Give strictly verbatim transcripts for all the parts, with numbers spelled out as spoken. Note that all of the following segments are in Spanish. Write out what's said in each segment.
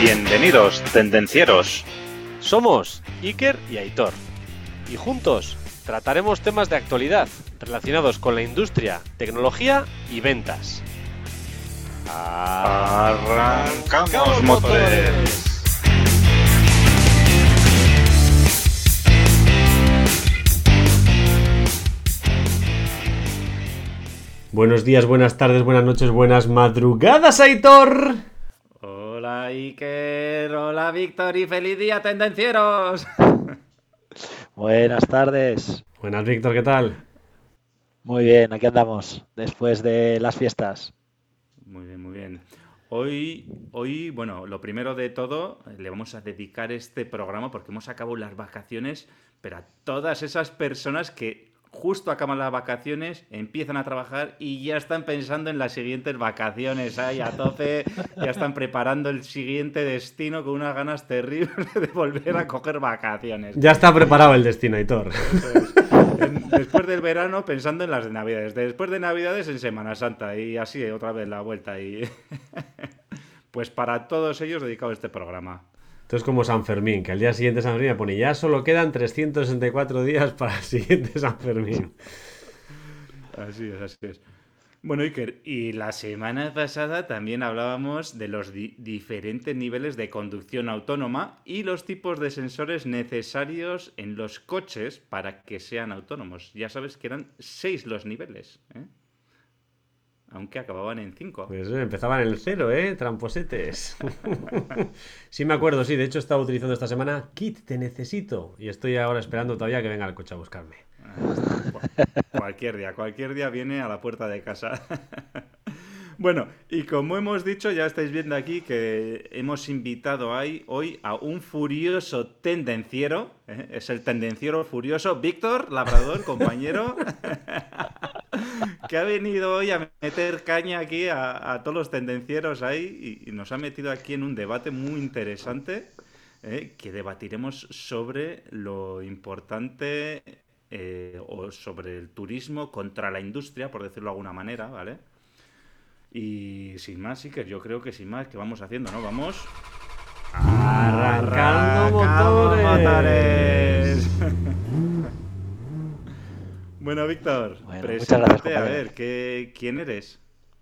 Bienvenidos, tendencieros. Somos Iker y Aitor, y juntos trataremos temas de actualidad relacionados con la industria, tecnología y ventas. ¡Arrancamos motores! Buenos días, buenas tardes, buenas noches, buenas madrugadas, Aitor. Hola Iker, hola Víctor y feliz día, tendencieros. Buenas tardes. Buenas, Víctor, ¿qué tal? Muy bien, aquí andamos, después de las fiestas. Muy bien, muy bien. Hoy, hoy, bueno, lo primero de todo, le vamos a dedicar este programa porque hemos acabado las vacaciones, pero a todas esas personas que justo acaban las vacaciones, empiezan a trabajar y ya están pensando en las siguientes vacaciones, ahí a tope, ya están preparando el siguiente destino con unas ganas terribles de volver a coger vacaciones. Ya está preparado el destino, Aitor. En, después del verano pensando en las de Navidades, después de Navidades en Semana Santa y así otra vez la vuelta. Y pues para todos ellos dedicado este programa. Esto es como San Fermín, que al día siguiente de San Fermín pone ya solo quedan trescientos sesenta y cuatro días para el siguiente San Fermín. Así es, así es. Bueno, Iker, y la semana pasada también hablábamos de los di- diferentes niveles de conducción autónoma y los tipos de sensores necesarios en los coches para que sean autónomos. Ya sabes que eran seis los niveles, ¿eh? Aunque acababan en cinco. Pues eh, empezaban en el cero, ¿eh? Tramposetes. Sí me acuerdo, sí. De hecho he estado utilizando esta semana Kit, te necesito. Y estoy ahora esperando todavía que venga el coche a buscarme. Cualquier día, cualquier día viene a la puerta de casa. Bueno, y como hemos dicho, ya estáis viendo aquí que hemos invitado ahí, hoy a un furioso tendenciero, ¿eh? Es el tendenciero furioso, Víctor Labrador, compañero, que ha venido hoy a meter caña aquí a, a todos los tendencieros ahí y, y nos ha metido aquí en un debate muy interesante, ¿eh? Que debatiremos sobre lo importante eh, o sobre el turismo contra la industria, por decirlo de alguna manera, ¿vale? Y sin más, sí que yo creo que sin más, que vamos haciendo, ¿no? Vamos... ¡Arrancando motores! Bueno, Víctor, Bueno, muchas preséntate, gracias, a compañero. ver, ¿qué, ¿quién eres?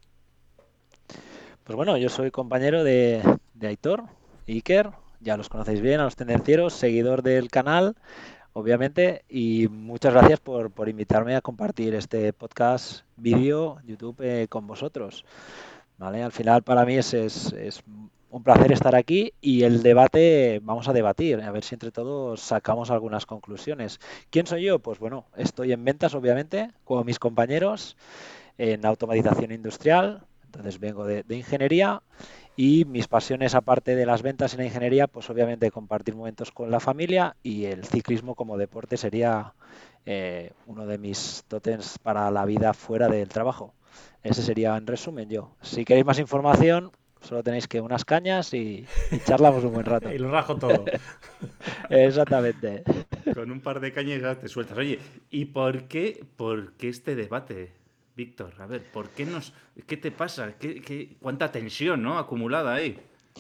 Pues bueno, yo soy compañero de, de Aitor, Iker, ya los conocéis bien, a los tendencieros, seguidor del canal, obviamente, y muchas gracias por, por invitarme a compartir este podcast vídeo YouTube eh, con vosotros. ¿Vale? Al final para mí es, es, es un placer estar aquí y el debate, vamos a debatir, a ver si entre todos sacamos algunas conclusiones. ¿Quién soy yo? Pues bueno, estoy en ventas, obviamente, como mis compañeros, en automatización industrial, entonces vengo de, de ingeniería y mis pasiones, aparte de las ventas y la ingeniería, pues obviamente compartir momentos con la familia y el ciclismo como deporte sería eh, uno de mis tótems para la vida fuera del trabajo. Ese sería en resumen yo. Si queréis más información, solo tenéis que unas cañas y, y charlamos un buen rato. Y lo rajo todo. Exactamente. Con un par de cañas ya te sueltas. Oye, ¿y por qué, por qué este debate, Víctor? A ver, ¿por qué nos, ¿qué te pasa? ¿Qué, qué, ¿Cuánta tensión, ¿no? Acumulada ahí.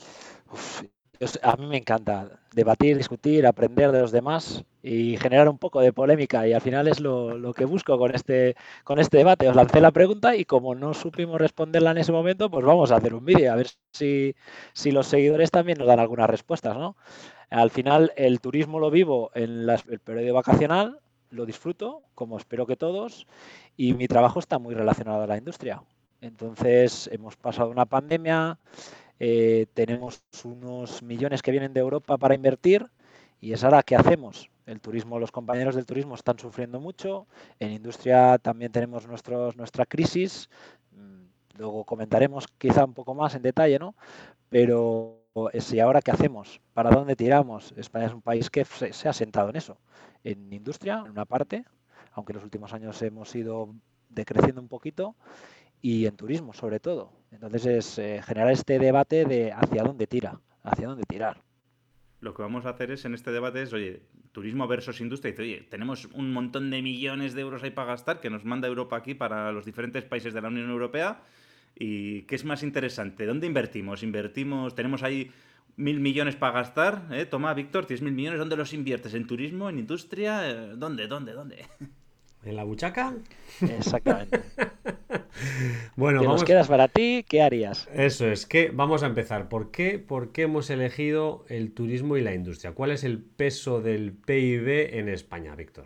Uf, yo sé- a mí me encanta debatir, discutir, aprender de los demás y generar un poco de polémica y al final es lo, lo que busco con este, con este debate. Os lancé la pregunta y como no supimos responderla en ese momento, pues vamos a hacer un vídeo a ver si, si los seguidores también nos dan algunas respuestas, ¿no? Al final el turismo lo vivo en las- el periodo vacacional, lo disfruto, como espero que todos, y mi trabajo está muy relacionado a la industria. Entonces hemos pasado una pandemia, eh, tenemos unos millones que vienen de Europa para invertir y es ahora qué hacemos. El turismo, los compañeros del turismo están sufriendo mucho, en industria también tenemos nuestros, nuestra crisis, mm, luego comentaremos quizá un poco más en detalle, ¿no? Pero es, ¿y ahora qué hacemos? ¿Para dónde tiramos? España es un país que se, se ha sentado en eso, en industria, en una parte, aunque en los últimos años hemos ido decreciendo un poquito, y en turismo sobre todo. Entonces es eh, generar este debate de hacia dónde tira, hacia dónde tirar. Lo que vamos a hacer es en este debate es, oye, turismo versus industria. Dice, oye, tenemos un montón de millones de euros ahí para gastar que nos manda Europa aquí para los diferentes países de la Unión Europea. ¿Y qué es más interesante? ¿Dónde invertimos? Invertimos, tenemos ahí mil millones para gastar, ¿eh? Toma, Víctor, tienes mil millones, ¿dónde los inviertes? ¿En turismo? ¿En industria? Eh, ¿Dónde? ¿Dónde? ¿Dónde? ¿En la buchaca? Exactamente. Bueno, Te los vamos. quedas para ti, ¿qué harías? Eso es, que vamos a empezar. ¿Por qué? ¿Por qué hemos elegido el turismo y la industria? ¿Cuál es el peso del P I B en España, Víctor?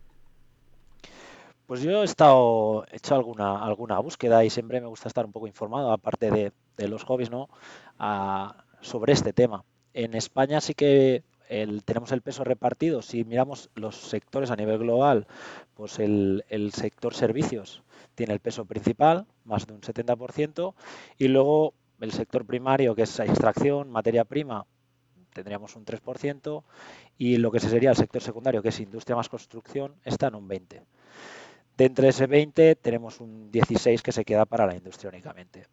Pues yo he estado, he hecho alguna, alguna búsqueda y siempre me gusta estar un poco informado, aparte de, de los hobbies, ¿no? A- sobre este tema. En España sí que el- tenemos el peso repartido. Si miramos los sectores a nivel global, pues el, el sector servicios tiene el peso principal, más de un setenta por ciento, y luego el sector primario, que es extracción, materia prima, tendríamos un tres por ciento, y lo que sería el sector secundario, que es industria más construcción, está en un veinte por ciento. De entre ese veinte tenemos un dieciséis que se queda para la industria únicamente.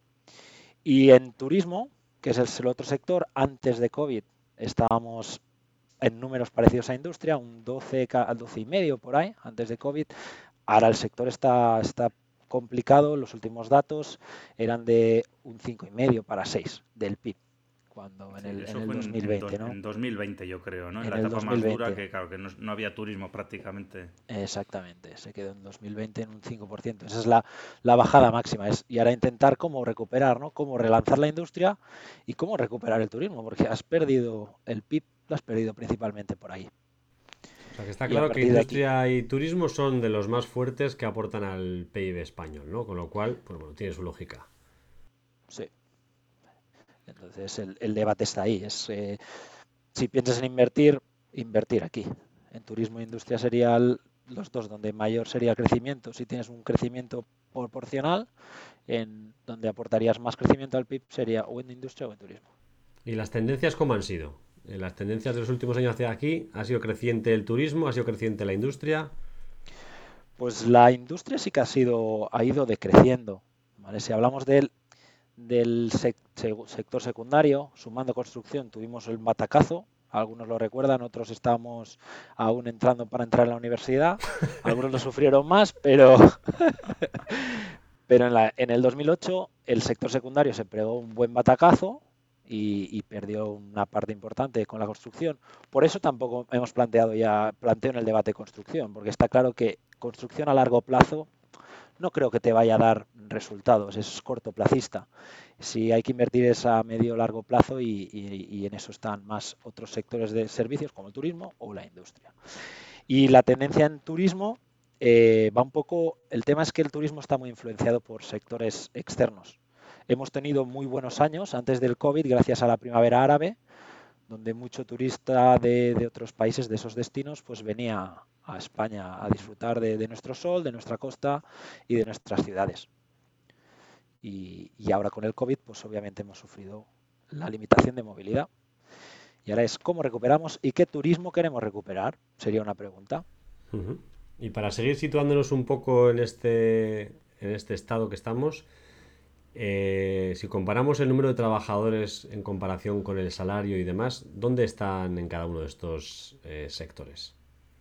Y en turismo, que es el otro sector, antes de COVID estábamos en números parecidos a industria, un doce al doce y medio por ahí, antes de COVID. Ahora el sector está, está complicado, los últimos datos eran de un cinco y medio para seis del P I B, cuando en Sí, el, en eso el fue en, en, dos mil veinte, dos- ¿no? en dos mil veinte, yo creo, ¿no? En En la el etapa más dura, dos mil veinte. que claro, que no, no había turismo prácticamente. Exactamente, se quedó en dos mil veinte en un cinco por ciento. Esa es la, la bajada máxima. Es, y ahora intentar cómo recuperar, ¿no? Cómo relanzar la industria y cómo recuperar el turismo, porque has perdido el P I B, lo has perdido principalmente por ahí. O sea, que está Y a claro que partir de aquí, industria y turismo son de los más fuertes que aportan al P I B español, ¿no? Con lo cual, pues bueno, tiene su lógica. sí. Entonces el, el debate está ahí. Es, eh, si piensas en invertir, invertir aquí. En turismo e industria serían los dos donde mayor sería el crecimiento. Si tienes un crecimiento proporcional, en donde aportarías más crecimiento al P I B sería o en industria o en turismo. ¿Y las tendencias cómo han sido? En las tendencias de los últimos años hacia aquí, ¿ha sido creciente el turismo? ¿Ha sido creciente la industria? Pues la industria sí que ha sido, ha ido decreciendo. ¿Vale? Si hablamos del, del sec- seg- sector secundario, sumando construcción, tuvimos el batacazo. Algunos lo recuerdan, otros estamos aún entrando para entrar en la universidad. Algunos lo sufrieron más, pero, pero en, la- en el dos mil ocho el sector secundario se pegó un buen batacazo y, y perdió una parte importante con la construcción. Por eso tampoco hemos planteado ya, planteo en el debate construcción, porque está claro que construcción a largo plazo no creo que te vaya a dar resultados, es cortoplacista. Si hay que invertir es a medio o largo plazo y, y- y en eso están más otros sectores de servicios como el turismo o la industria. Y la tendencia en turismo eh, va un poco, el tema es que el turismo está muy influenciado por sectores externos. Hemos tenido muy buenos años antes del COVID gracias a la primavera árabe, donde mucho turista de, de otros países, de esos destinos, pues venía a España a disfrutar de, de nuestro sol, de nuestra costa y de nuestras ciudades. Y, y ahora con el COVID, pues obviamente hemos sufrido la limitación de movilidad. Y ahora es cómo recuperamos y qué turismo queremos recuperar, sería una pregunta. Ujú. Y para seguir situándonos un poco en este, en este estado que estamos, eh, si comparamos el número de trabajadores en comparación con el salario y demás, ¿dónde están en cada uno de estos eh, sectores?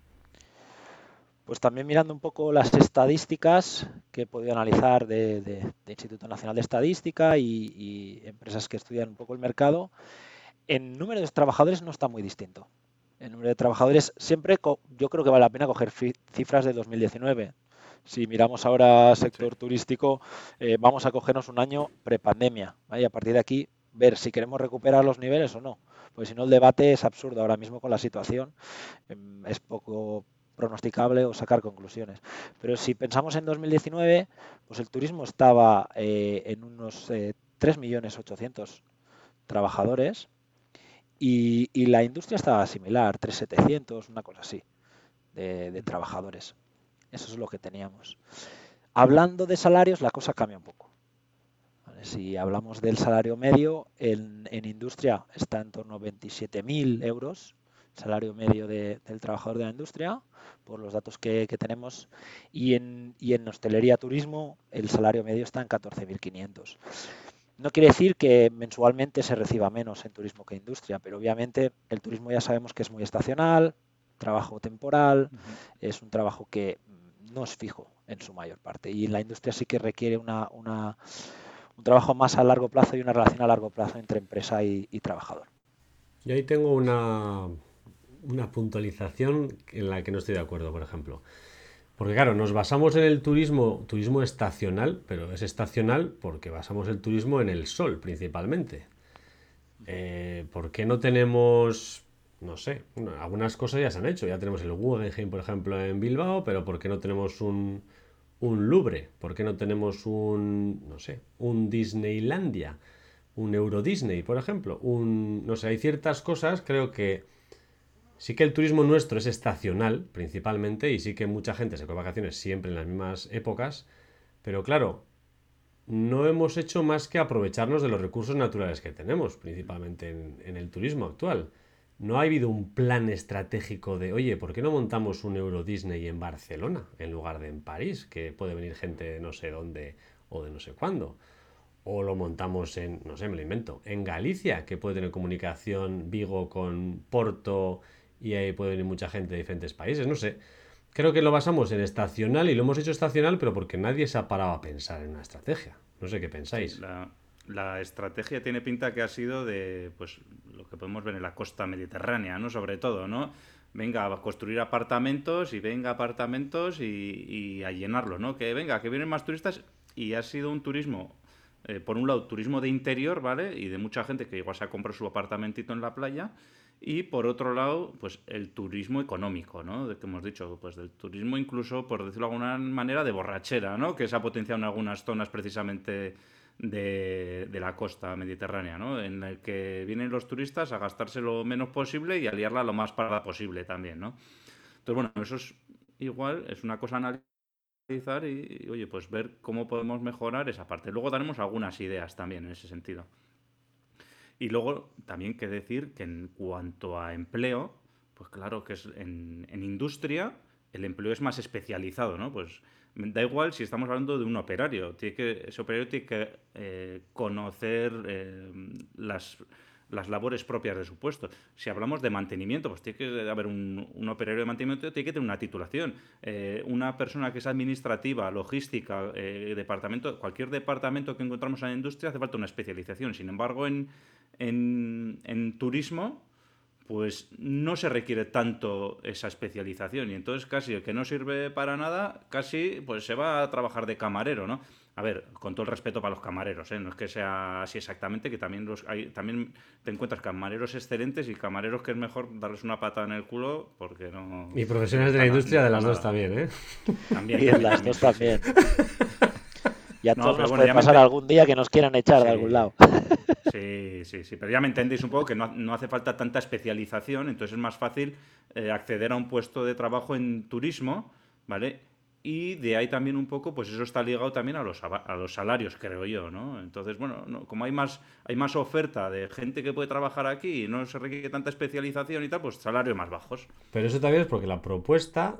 Pues también mirando un poco las estadísticas que he podido analizar de, de, de Instituto Nacional de Estadística y, y empresas que estudian un poco el mercado, en número de trabajadores no está muy distinto. El número de trabajadores siempre, yo creo que vale la pena coger cifras de dos mil diecinueve. Si miramos ahora sector Sí. turístico, eh, vamos a cogernos un año prepandemia, ¿vale? Y a partir de aquí ver si queremos recuperar los niveles o no. Pues si no, el debate es absurdo ahora mismo con la situación. Eh, es poco pronosticable o sacar conclusiones. Pero si pensamos en dos mil diecinueve, pues el turismo estaba eh, en unos eh, tres millones ochocientos mil trabajadores y, y, la industria estaba similar, tres millones setecientos mil, una cosa así, de, de trabajadores. Eso es lo que teníamos. Hablando de salarios, la cosa cambia un poco. ¿Vale? Si hablamos del salario medio, en, en industria está en torno a veintisiete mil euros, salario medio de, del trabajador de la industria, por los datos que, que tenemos, y en, y en hostelería turismo el salario medio está en catorce mil quinientos. No quiere decir que mensualmente se reciba menos en turismo que industria, pero obviamente el turismo ya sabemos que es muy estacional, trabajo temporal, Ujú. es un trabajo que no es fijo en su mayor parte. Y la industria sí que requiere una, una, un trabajo más a largo plazo y una relación a largo plazo entre empresa y, y trabajador. Yo ahí tengo una, una puntualización en la que no estoy de acuerdo, por ejemplo. Porque claro, nos basamos en el turismo, turismo estacional, pero es estacional porque basamos el turismo en el sol principalmente. Eh, ¿por qué no tenemos, no sé, bueno, algunas cosas ya se han hecho? Ya tenemos el Guggenheim, por ejemplo, en Bilbao, pero ¿por qué no tenemos un, un Louvre? ¿Por qué no tenemos un, no sé, un Disneylandia? Un Euro Disney, por ejemplo. Un, no sé, hay ciertas cosas, creo que sí que el turismo nuestro es estacional, principalmente, y sí que mucha gente se coge vacaciones siempre en las mismas épocas, pero claro, no hemos hecho más que aprovecharnos de los recursos naturales que tenemos, principalmente en, en el turismo actual. No ha habido un plan estratégico de, oye, ¿por qué no montamos un Euro Disney en Barcelona en lugar de en París, que puede venir gente de no sé dónde o de no sé cuándo? O lo montamos en, no sé, me lo invento, en Galicia, que puede tener comunicación Vigo con Porto y ahí puede venir mucha gente de diferentes países, no sé. Creo que lo basamos en estacional y lo hemos hecho estacional, pero porque nadie se ha parado a pensar en una estrategia. No sé qué Sí, pensáis. la, la estrategia tiene pinta que ha sido de, pues, lo que podemos ver en la costa mediterránea, ¿no? Sobre todo, ¿no? Venga a construir apartamentos y venga apartamentos y, y a llenarlo, ¿no? Que venga, que vienen más turistas y ha sido un turismo, eh, por un lado, turismo de interior, ¿vale? Y de mucha gente que igual se ha comprado su apartamentito en la playa. Y por otro lado, pues el turismo económico, ¿no? De que hemos dicho, pues del turismo incluso, por decirlo de alguna manera, de borrachera, ¿no? Que se ha potenciado en algunas zonas precisamente de, de la costa mediterránea, ¿no? En el que vienen los turistas a gastarse lo menos posible y a liarla lo más parada posible también, ¿no? Entonces, bueno, eso es igual, es una cosa a analizar y, y, oye, pues ver cómo podemos mejorar esa parte. Luego daremos algunas ideas también en ese sentido. Y luego también que decir que en cuanto a empleo, pues claro que es en, en industria el empleo es más especializado, ¿no? Pues da igual si estamos hablando de un operario, tiene que, ese operario tiene que eh, conocer eh, las, las labores propias de su puesto. Si hablamos de mantenimiento, pues tiene que haber un, un operario de mantenimiento, tiene que tener una titulación. Eh, una persona que es administrativa, logística, eh, departamento, cualquier departamento que encontramos en la industria hace falta una especialización. Sin embargo, en, en, en turismo, pues no se requiere tanto esa especialización y entonces casi el que no sirve para nada, casi pues se va a trabajar de camarero, ¿no? A ver, con todo el respeto para los camareros, ¿eh? No es que sea así exactamente, que también los hay, también te encuentras camareros excelentes y camareros que es mejor darles una patada en el culo porque no, Y no profesionales de la están, no industria de están las dos nada. también, ¿eh? También, Y en también, las también, dos sí, sí. también. Y a No, todos pero nos bueno, puede ya me pasar ente- algún día que nos quieran echar de algún Sí, lado. sí, sí, sí, pero ya me entendéis un poco que no, no hace falta tanta especialización, entonces es más fácil eh, acceder a un puesto de trabajo en turismo, ¿vale? Y de ahí también un poco, pues eso está ligado también a los, ava- a los salarios, creo yo, ¿no? Entonces, bueno, no- como hay más, hay más oferta de gente que puede trabajar aquí y no se requiere tanta especialización y tal, pues salarios más bajos. Pero eso también es porque la propuesta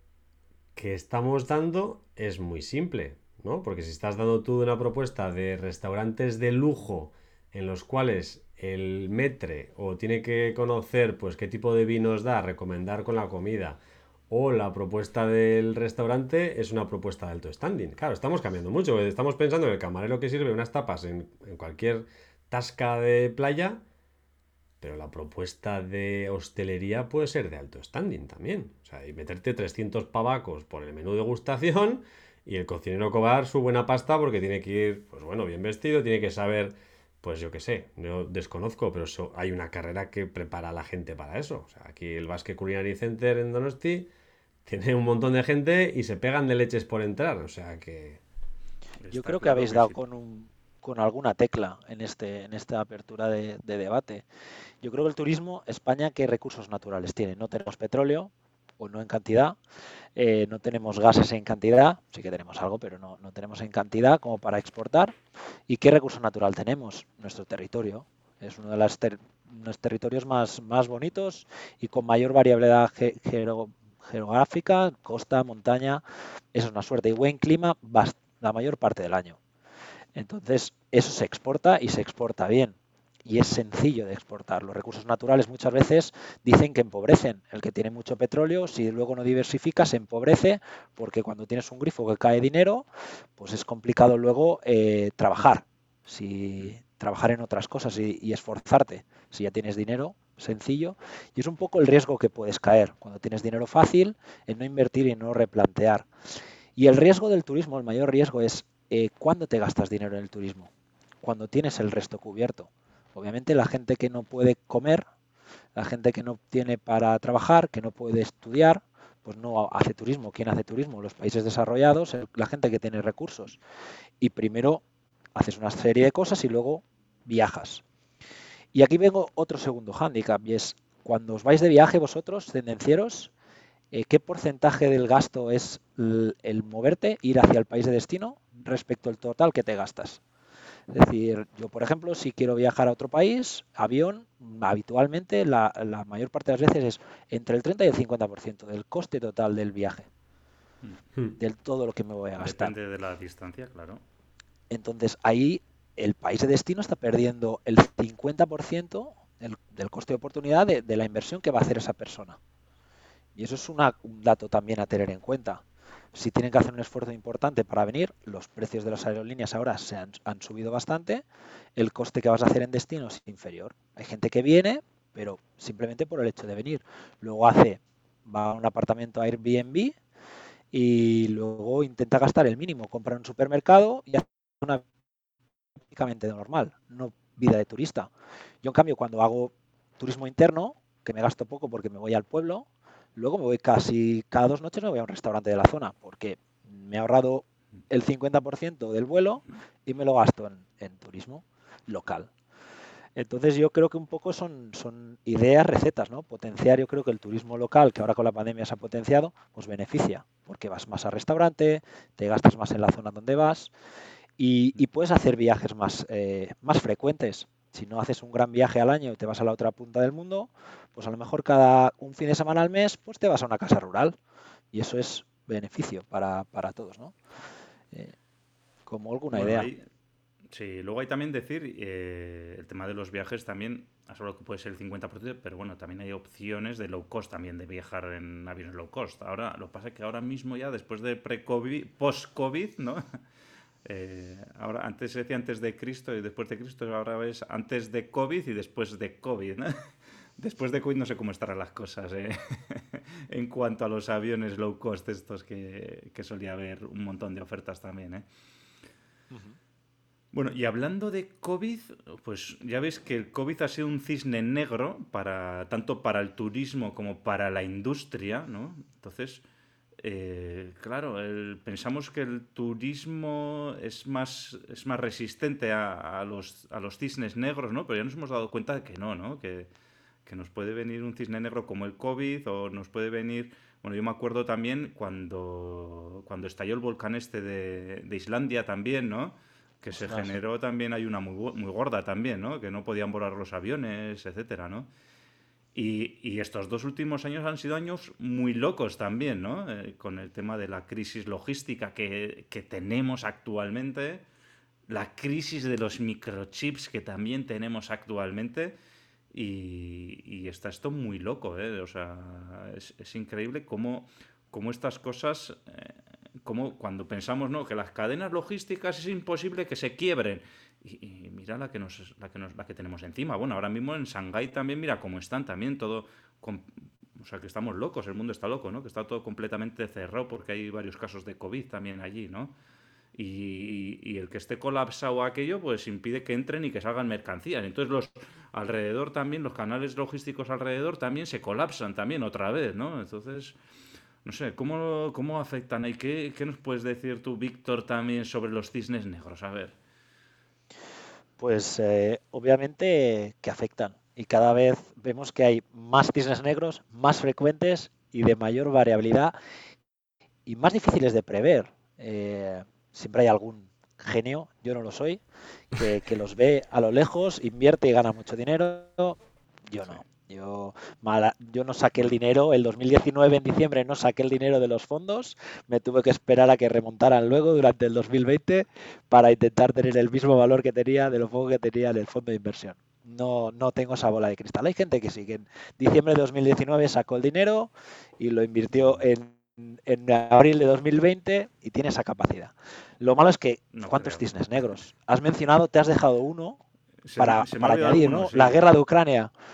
que estamos dando es muy simple, ¿no? Porque si estás dando tú una propuesta de restaurantes de lujo en los cuales el metre o tiene que conocer pues qué tipo de vinos da, recomendar con la comida, o la propuesta del restaurante es una propuesta de alto standing. Claro, estamos cambiando mucho, porque estamos pensando en el camarero que sirve unas tapas en, en cualquier tasca de playa, pero la propuesta de hostelería puede ser de alto standing también. O sea, y meterte trescientos pavacos por el menú de degustación y el cocinero cobrar su buena pasta porque tiene que ir, pues bueno, bien vestido, tiene que saber, pues yo qué sé, yo desconozco, pero eso, hay una carrera que prepara a la gente para eso. O sea, aquí el Basque Culinary Center en Donosti tiene un montón de gente y se pegan de leches por entrar. O sea que... Yo Está creo que claro habéis que dado sí. con un, con alguna tecla en este, en esta apertura de, de debate. Yo creo que el turismo, España, ¿qué recursos naturales tiene? No tenemos petróleo, o no en cantidad, eh, no tenemos gases en cantidad, sí que tenemos algo, pero no, no tenemos en cantidad como para exportar. ¿Y qué recurso natural tenemos? Nuestro territorio. Es uno de los ter los territorios más, más bonitos y con mayor variabilidad ge geo geográfica, costa, montaña. Eso es una suerte. Y buen clima la mayor parte del año. Entonces, eso se exporta y se exporta bien. Y es sencillo de exportar. Los recursos naturales muchas veces dicen que empobrecen. El que tiene mucho petróleo, si luego no diversifica, se empobrece, porque cuando tienes un grifo que cae dinero, pues es complicado luego eh, trabajar. Si trabajar en otras cosas y, y esforzarte. Si ya tienes dinero, sencillo, y es un poco el riesgo que puedes caer cuando tienes dinero fácil, en no invertir y no replantear. Y el riesgo del turismo, el mayor riesgo es eh, cuándo te gastas dinero en el turismo, cuando tienes el resto cubierto. Obviamente la gente que no puede comer, la gente que no tiene para trabajar, que no puede estudiar, pues no hace turismo. ¿Quién hace turismo? Los países desarrollados, la gente que tiene recursos. Y primero haces una serie de cosas y luego viajas. Y aquí vengo otro segundo hándicap, y es cuando os vais de viaje vosotros, tendencieros, eh, ¿qué porcentaje del gasto es el, el moverte, ir hacia el país de destino, respecto al total que te gastas? Es decir, yo, por ejemplo, si quiero viajar a otro país, avión, habitualmente la, la mayor parte de las veces es entre el treinta y el cincuenta por ciento del coste total del viaje, Hmm. del todo lo que me voy a gastar. Depende de la distancia, claro. Entonces, ahí el país de destino está perdiendo el cincuenta por ciento del, del coste de oportunidad de, de la inversión que va a hacer esa persona. Y eso es una, un dato también a tener en cuenta. Si tienen que hacer un esfuerzo importante para venir, los precios de las aerolíneas ahora se han, han subido bastante, el coste que vas a hacer en destino es inferior. Hay gente que viene, pero simplemente por el hecho de venir. Luego hace, va a un apartamento Airbnb y luego intenta gastar el mínimo, compra en un supermercado y hace una prácticamente normal, no vida de turista. Yo, en cambio, cuando hago turismo interno, que me gasto poco porque me voy al pueblo, luego me voy casi cada dos noches, me voy a un restaurante de la zona, porque me he ahorrado el cincuenta por ciento del vuelo y me lo gasto en, en turismo local. Entonces yo creo que un poco son, son ideas, recetas, ¿no? Potenciar, yo creo que el turismo local, que ahora con la pandemia se ha potenciado, pues beneficia, porque vas más al restaurante, te gastas más en la zona donde vas y, y puedes hacer viajes más, eh, más frecuentes. Si no haces un gran viaje al año y te vas a la otra punta del mundo, pues a lo mejor cada un fin de semana al mes, pues te vas a una casa rural y eso es beneficio para, para todos, ¿no? Eh, como alguna Bueno, idea. ahí, sí, luego hay también decir, eh, el tema de los viajes también, a solo que puede ser el cincuenta por ciento, pero bueno, también hay opciones de low cost también, de viajar en aviones low cost. Ahora, lo que pasa es que ahora mismo ya, después de pre-COVID, post-COVID, ¿no? Eh, ahora, antes se decía antes de Cristo y después de Cristo, ahora es antes de COVID y después de COVID, ¿no? Después de COVID no sé cómo estarán las cosas, ¿eh? En cuanto a los aviones low cost estos que, que solía haber un montón de ofertas también, ¿eh? Uh-huh. Bueno, y hablando de COVID, pues ya veis que el COVID ha sido un cisne negro para tanto para el turismo como para la industria, ¿no? Entonces, eh, claro, el- pensamos que el turismo es más, es más resistente a, a los, a los cisnes negros, ¿no? Pero ya nos hemos dado cuenta de que no, ¿no? Que, que nos puede venir un cisne negro como el COVID o nos puede venir... Bueno, yo me acuerdo también cuando, cuando estalló el volcán este de, de Islandia también, ¿no? Que se Ostras. generó también, hay una muy, gu- muy gorda también, ¿no? Que no podían volar los aviones, etcétera, ¿no? Y, y estos dos últimos años han sido años muy locos también, ¿no? Eh, con el tema de la crisis logística que, que tenemos actualmente, la crisis de los microchips que también tenemos actualmente, y, y está esto muy loco, ¿eh? O sea, es, es increíble cómo, cómo estas cosas, eh, cómo cuando pensamos, ¿no? Que las cadenas logísticas es imposible que se quiebren. Y, y mira la que, nos, la, que nos, la que tenemos encima. Bueno, ahora mismo en Shanghái también, mira cómo están también todo... com- o sea, que estamos locos, el mundo está loco, ¿no? Que está todo completamente cerrado porque hay varios casos de COVID también allí, ¿no? Y, y el que esté colapsado aquello, pues impide que entren y que salgan mercancías. Entonces los alrededor también, los canales logísticos alrededor también se colapsan también otra vez, ¿no? Entonces, no sé, ¿cómo, cómo afectan? ¿Y qué, qué nos puedes decir tú, Víctor, también sobre los cisnes negros? A ver. Pues eh, obviamente que afectan y cada vez vemos que hay más cisnes negros, más frecuentes y de mayor variabilidad y más difíciles de prever. Eh, siempre hay algún genio, yo no lo soy, que, que los ve a lo lejos, invierte y gana mucho dinero. Yo Sí. no. Yo, mala- yo no saqué el Bueno, dinero, el dos mil diecinueve en diciembre no saqué el dinero de los fondos, me tuve que esperar a que remontaran luego durante el dos mil veinte para intentar tener el mismo valor que tenía de lo poco que tenía en el fondo de inversión. No, no tengo esa bola de cristal. Hay gente que sí, que en diciembre de dos mil diecinueve sacó el dinero y lo invirtió en, en abril de dos mil veinte y tiene esa capacidad. Lo malo es que, no ¿cuántos creo. cisnes negros? Has mencionado, te has dejado uno Se me, para, se me ha para olvidado añadir, alguno, ¿no? La sí. guerra de Ucrania.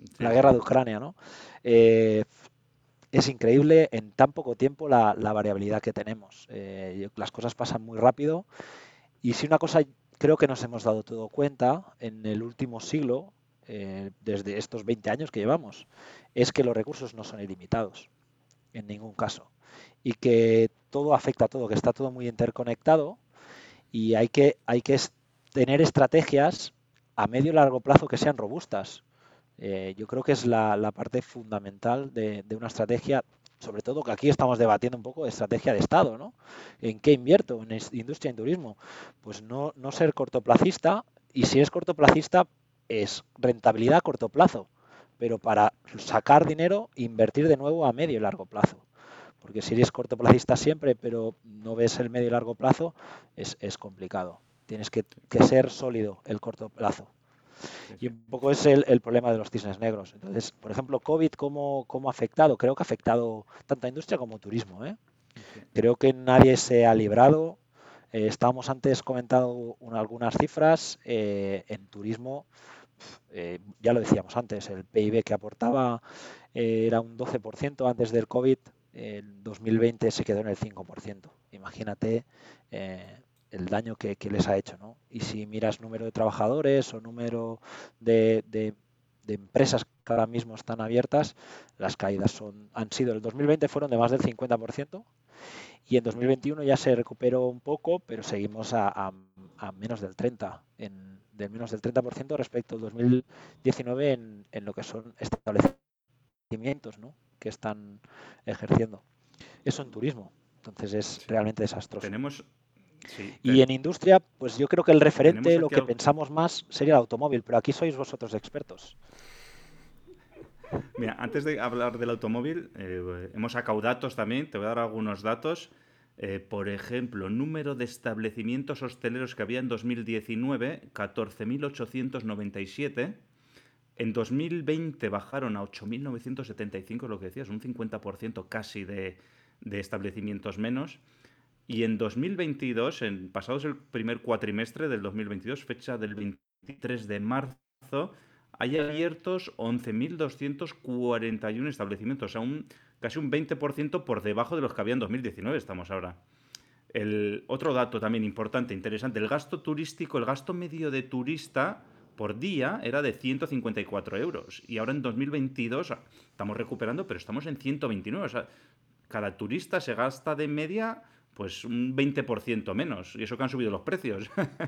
la guerra de Ucrania, ¿no? Eh, es increíble en tan poco tiempo la, la variabilidad que tenemos. Eh, las cosas pasan muy rápido y si una cosa creo que nos hemos dado todo cuenta en el último siglo, eh, desde estos veinte años que llevamos, es que los recursos no son ilimitados en ningún caso y que todo afecta a todo, que está todo muy interconectado y hay que, hay que tener estrategias a medio y largo plazo que sean robustas. Eh, yo creo que es la, la parte fundamental de, de, una estrategia, sobre todo que aquí estamos debatiendo un poco de estrategia de Estado, ¿no? ¿En qué invierto? En industria y en turismo. Pues no, no ser cortoplacista, y si es cortoplacista es rentabilidad a corto plazo, pero para sacar dinero, invertir de nuevo a medio y largo plazo. Porque si eres cortoplacista siempre, pero no ves el medio y largo plazo, es, es complicado. Tienes que, que ser sólido el corto plazo. Y un poco es el, el problema de los cisnes negros. Entonces, por ejemplo, COVID, ¿cómo, cómo ha afectado? Creo que ha afectado tanto a industria como turismo, ¿eh? Creo que nadie se ha librado. Eh, estábamos antes comentando un, algunas cifras. Eh, en turismo, eh, ya lo decíamos antes, el P I B que aportaba eh, era un doce por ciento antes del COVID. En dos mil veinte se quedó en el cinco por ciento. Imagínate eh, el daño que, que les ha hecho, ¿no? Y si miras número de trabajadores o número de, de, de empresas que ahora mismo están abiertas, las caídas son han sido, el dos mil veinte fueron de más del cincuenta por ciento y en dos mil veintiuno ya se recuperó un poco, pero seguimos a, a, a menos del treinta por ciento, en, del menos del treinta por ciento respecto al dos mil diecinueve en, en lo que son establecimientos, ¿no?, que están ejerciendo. Eso en turismo, entonces es sí. realmente desastroso. Tenemos... Sí, y en industria, pues yo creo que el referente, lo que algo... pensamos más sería el automóvil, pero aquí sois vosotros expertos. Mira, antes de hablar del automóvil, eh, hemos sacado datos también, te voy a dar algunos datos. Eh, por ejemplo, número de establecimientos hosteleros que había en dos mil diecinueve, catorce mil ochocientos noventa y siete. En dos mil veinte bajaron a ocho mil novecientos setenta y cinco, lo que decías, un cincuenta por ciento casi de, de establecimientos menos. Y en dos mil veintidós, en, pasados el primer cuatrimestre del dos mil veintidós, fecha del veintitrés de marzo, hay abiertos once mil doscientos cuarenta y uno establecimientos, o sea, un, casi un veinte por ciento por debajo de los que había en dos mil diecinueve, estamos ahora. El otro dato también importante, interesante, el gasto turístico, el gasto medio de turista por día era de ciento cincuenta y cuatro euros. Y ahora en dos mil veintidós estamos recuperando, pero estamos en ciento veintinueve. O sea, cada turista se gasta de media pues un veinte por ciento menos. Y eso que han subido los precios.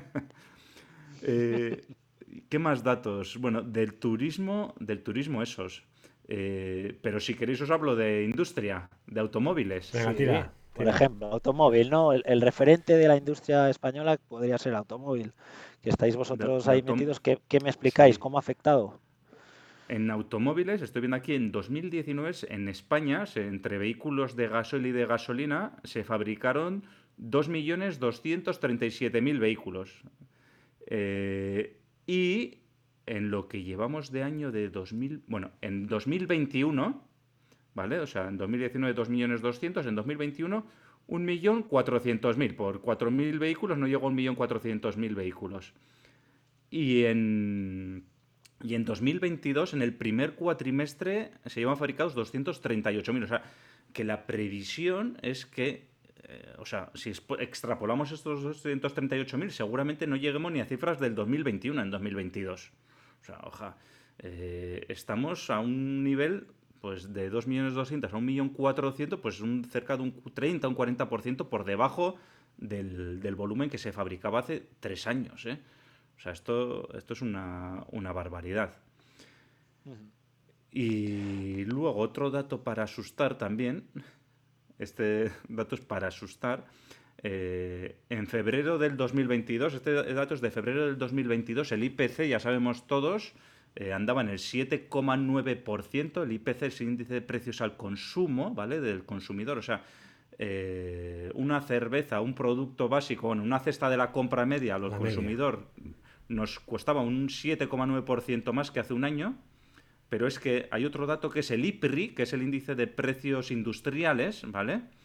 eh, ¿Qué más datos? Bueno, del turismo, del turismo esos. Eh, pero si queréis os hablo de industria, de automóviles. Venga, Sí, tira, por tira. ejemplo, automóvil, ¿no? El, el referente de la industria española podría ser el automóvil. Que estáis vosotros de, de ahí autom... metidos. ¿Qué, qué me explicáis? Sí. ¿Cómo ha afectado? En automóviles, estoy viendo aquí, en dos mil diecinueve, en España, se, entre vehículos de gasoil y de gasolina, se fabricaron dos millones doscientos treinta y siete mil vehículos. Eh, y en lo que llevamos de año de dos mil... Bueno, en dos mil veintiuno, ¿vale? O sea, en dos mil diecinueve dos millones doscientos, en dos mil veintiuno un millón cuatrocientos mil. Por cuatro mil vehículos no llegó a un millón cuatrocientos mil vehículos. Y en... Y en dos mil veintidós, en el primer cuatrimestre, se llevan fabricados doscientos treinta y ocho mil. O sea, que la previsión es que, eh, o sea, si extrapolamos estos doscientos treinta y ocho mil, seguramente no lleguemos ni a cifras del dos mil veintiuno en dos mil veintidós. O sea, oja, eh, estamos a un nivel pues de dos millones doscientos a un millón cuatrocientos, pues un, cerca de un treinta, un cuarenta por ciento por debajo del, del volumen que se fabricaba hace tres años, ¿eh? O sea, esto, esto es una, una barbaridad. Uh-huh. Y luego otro dato para asustar también, este dato es para asustar, eh, en febrero del dos mil veintidós, este dato es de febrero del dos mil veintidós, el I P C, ya sabemos todos, eh, andaba en el siete coma nueve por ciento, el I P C es el índice de precios al consumo, ¿vale?, del consumidor, o sea, eh, una cerveza, un producto básico, bueno, una cesta de la compra media al consumidor nos costaba un siete coma nueve por ciento más que hace un año, pero es que hay otro dato que es el I P R I, que es el índice de precios industriales, ¿vale?,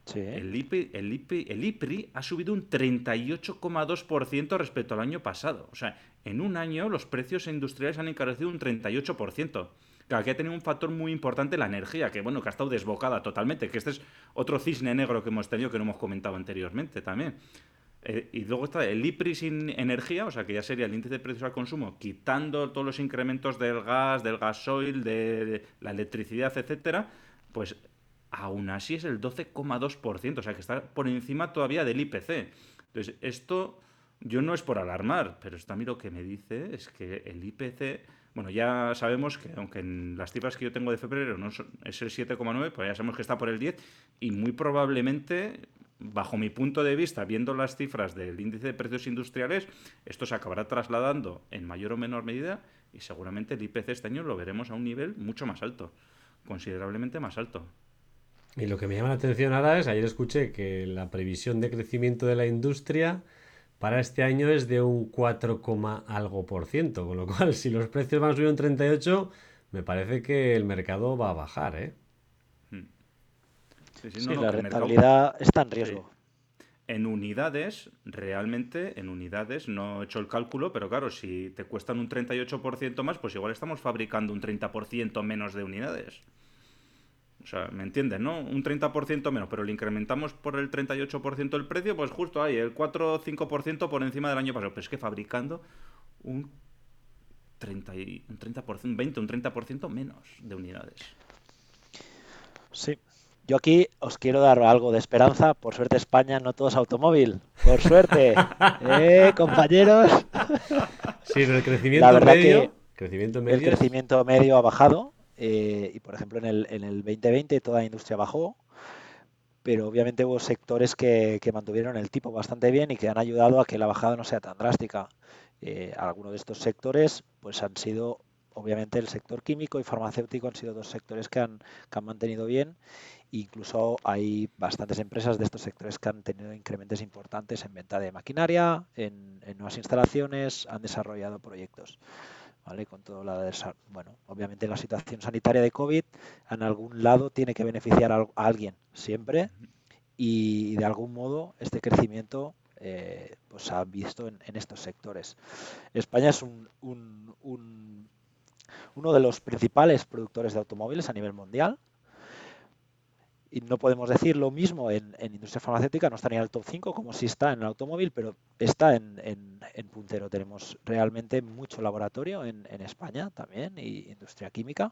Sí. El IPI, el IPI, el IPRI ha subido un treinta y ocho coma dos por ciento respecto al año pasado. O sea, en un año los precios industriales han encarecido un treinta y ocho por ciento. Claro, que ha tenido un factor muy importante la energía, que bueno, que ha estado desbocada totalmente, que este es otro cisne negro que hemos tenido que no hemos comentado anteriormente también. Eh, y luego está el IPRI sin energía, o sea que ya sería el índice de precios al consumo, quitando todos los incrementos del gas, del gasoil, de, de la electricidad, etcétera, pues aún así es el doce coma dos por ciento, o sea que está por encima todavía del I P C. Entonces, esto yo no es por alarmar, pero esto a mí lo que me dice es que el I P C, bueno, ya sabemos que aunque en las cifras que yo tengo de febrero no son, es el siete coma nueve, pues ya sabemos que está por el diez y muy probablemente, bajo mi punto de vista, viendo las cifras del índice de precios industriales, esto se acabará trasladando en mayor o menor medida y seguramente el I P C este año lo veremos a un nivel mucho más alto, considerablemente más alto. Y lo que me llama la atención ahora es, ayer escuché que la previsión de crecimiento de la industria para este año es de un cuatro, algo por ciento, con lo cual si los precios van a subir un treinta y ocho, me parece que el mercado va a bajar, ¿eh? Sí, sí, Sí, no, no, la que el mercado... rentabilidad está en Sí. riesgo. En unidades, realmente, en unidades, no he hecho el cálculo, pero claro, si te cuestan un treinta y ocho por ciento más, pues igual estamos fabricando un treinta por ciento menos de unidades. O sea, ¿me entiendes, no? Un treinta por ciento menos, pero le incrementamos por el treinta y ocho por ciento el precio, pues justo ahí, el cuatro o cinco por ciento por encima del año pasado. Pero es que fabricando un treinta, y, un treinta por ciento, un veinte, un treinta por ciento menos de unidades. Sí. Yo aquí os quiero dar algo de esperanza. Por suerte España no todo es automóvil. Por suerte. ¿Eh, compañeros? Sí, pero el La crecimiento verdad medio, que crecimiento el medio es... crecimiento medio ha bajado. eh, y por ejemplo en el, en el veinte veinte toda la industria bajó. Pero obviamente hubo sectores que, que mantuvieron el tipo bastante bien y que han ayudado a que la bajada no sea tan drástica. Eh, algunos de estos sectores pues han sido, obviamente el sector químico y farmacéutico han sido dos sectores que han, que han mantenido bien. Incluso hay bastantes empresas de estos sectores que han tenido incrementos importantes en venta de maquinaria, en, en nuevas instalaciones, han desarrollado proyectos. ¿Vale? Con todo la desa- bueno, obviamente la situación sanitaria de COVID en algún lado tiene que beneficiar a, al- a alguien siempre y de algún modo este crecimiento eh, pues se ha visto en, en estos sectores. España es un, un- un- uno de los principales productores de automóviles a nivel mundial. Y no podemos decir lo mismo en, en industria farmacéutica, no estaría en el top cinco como sí está en el automóvil, pero está en, en- en puntero. Tenemos realmente mucho laboratorio en, en España también y industria química.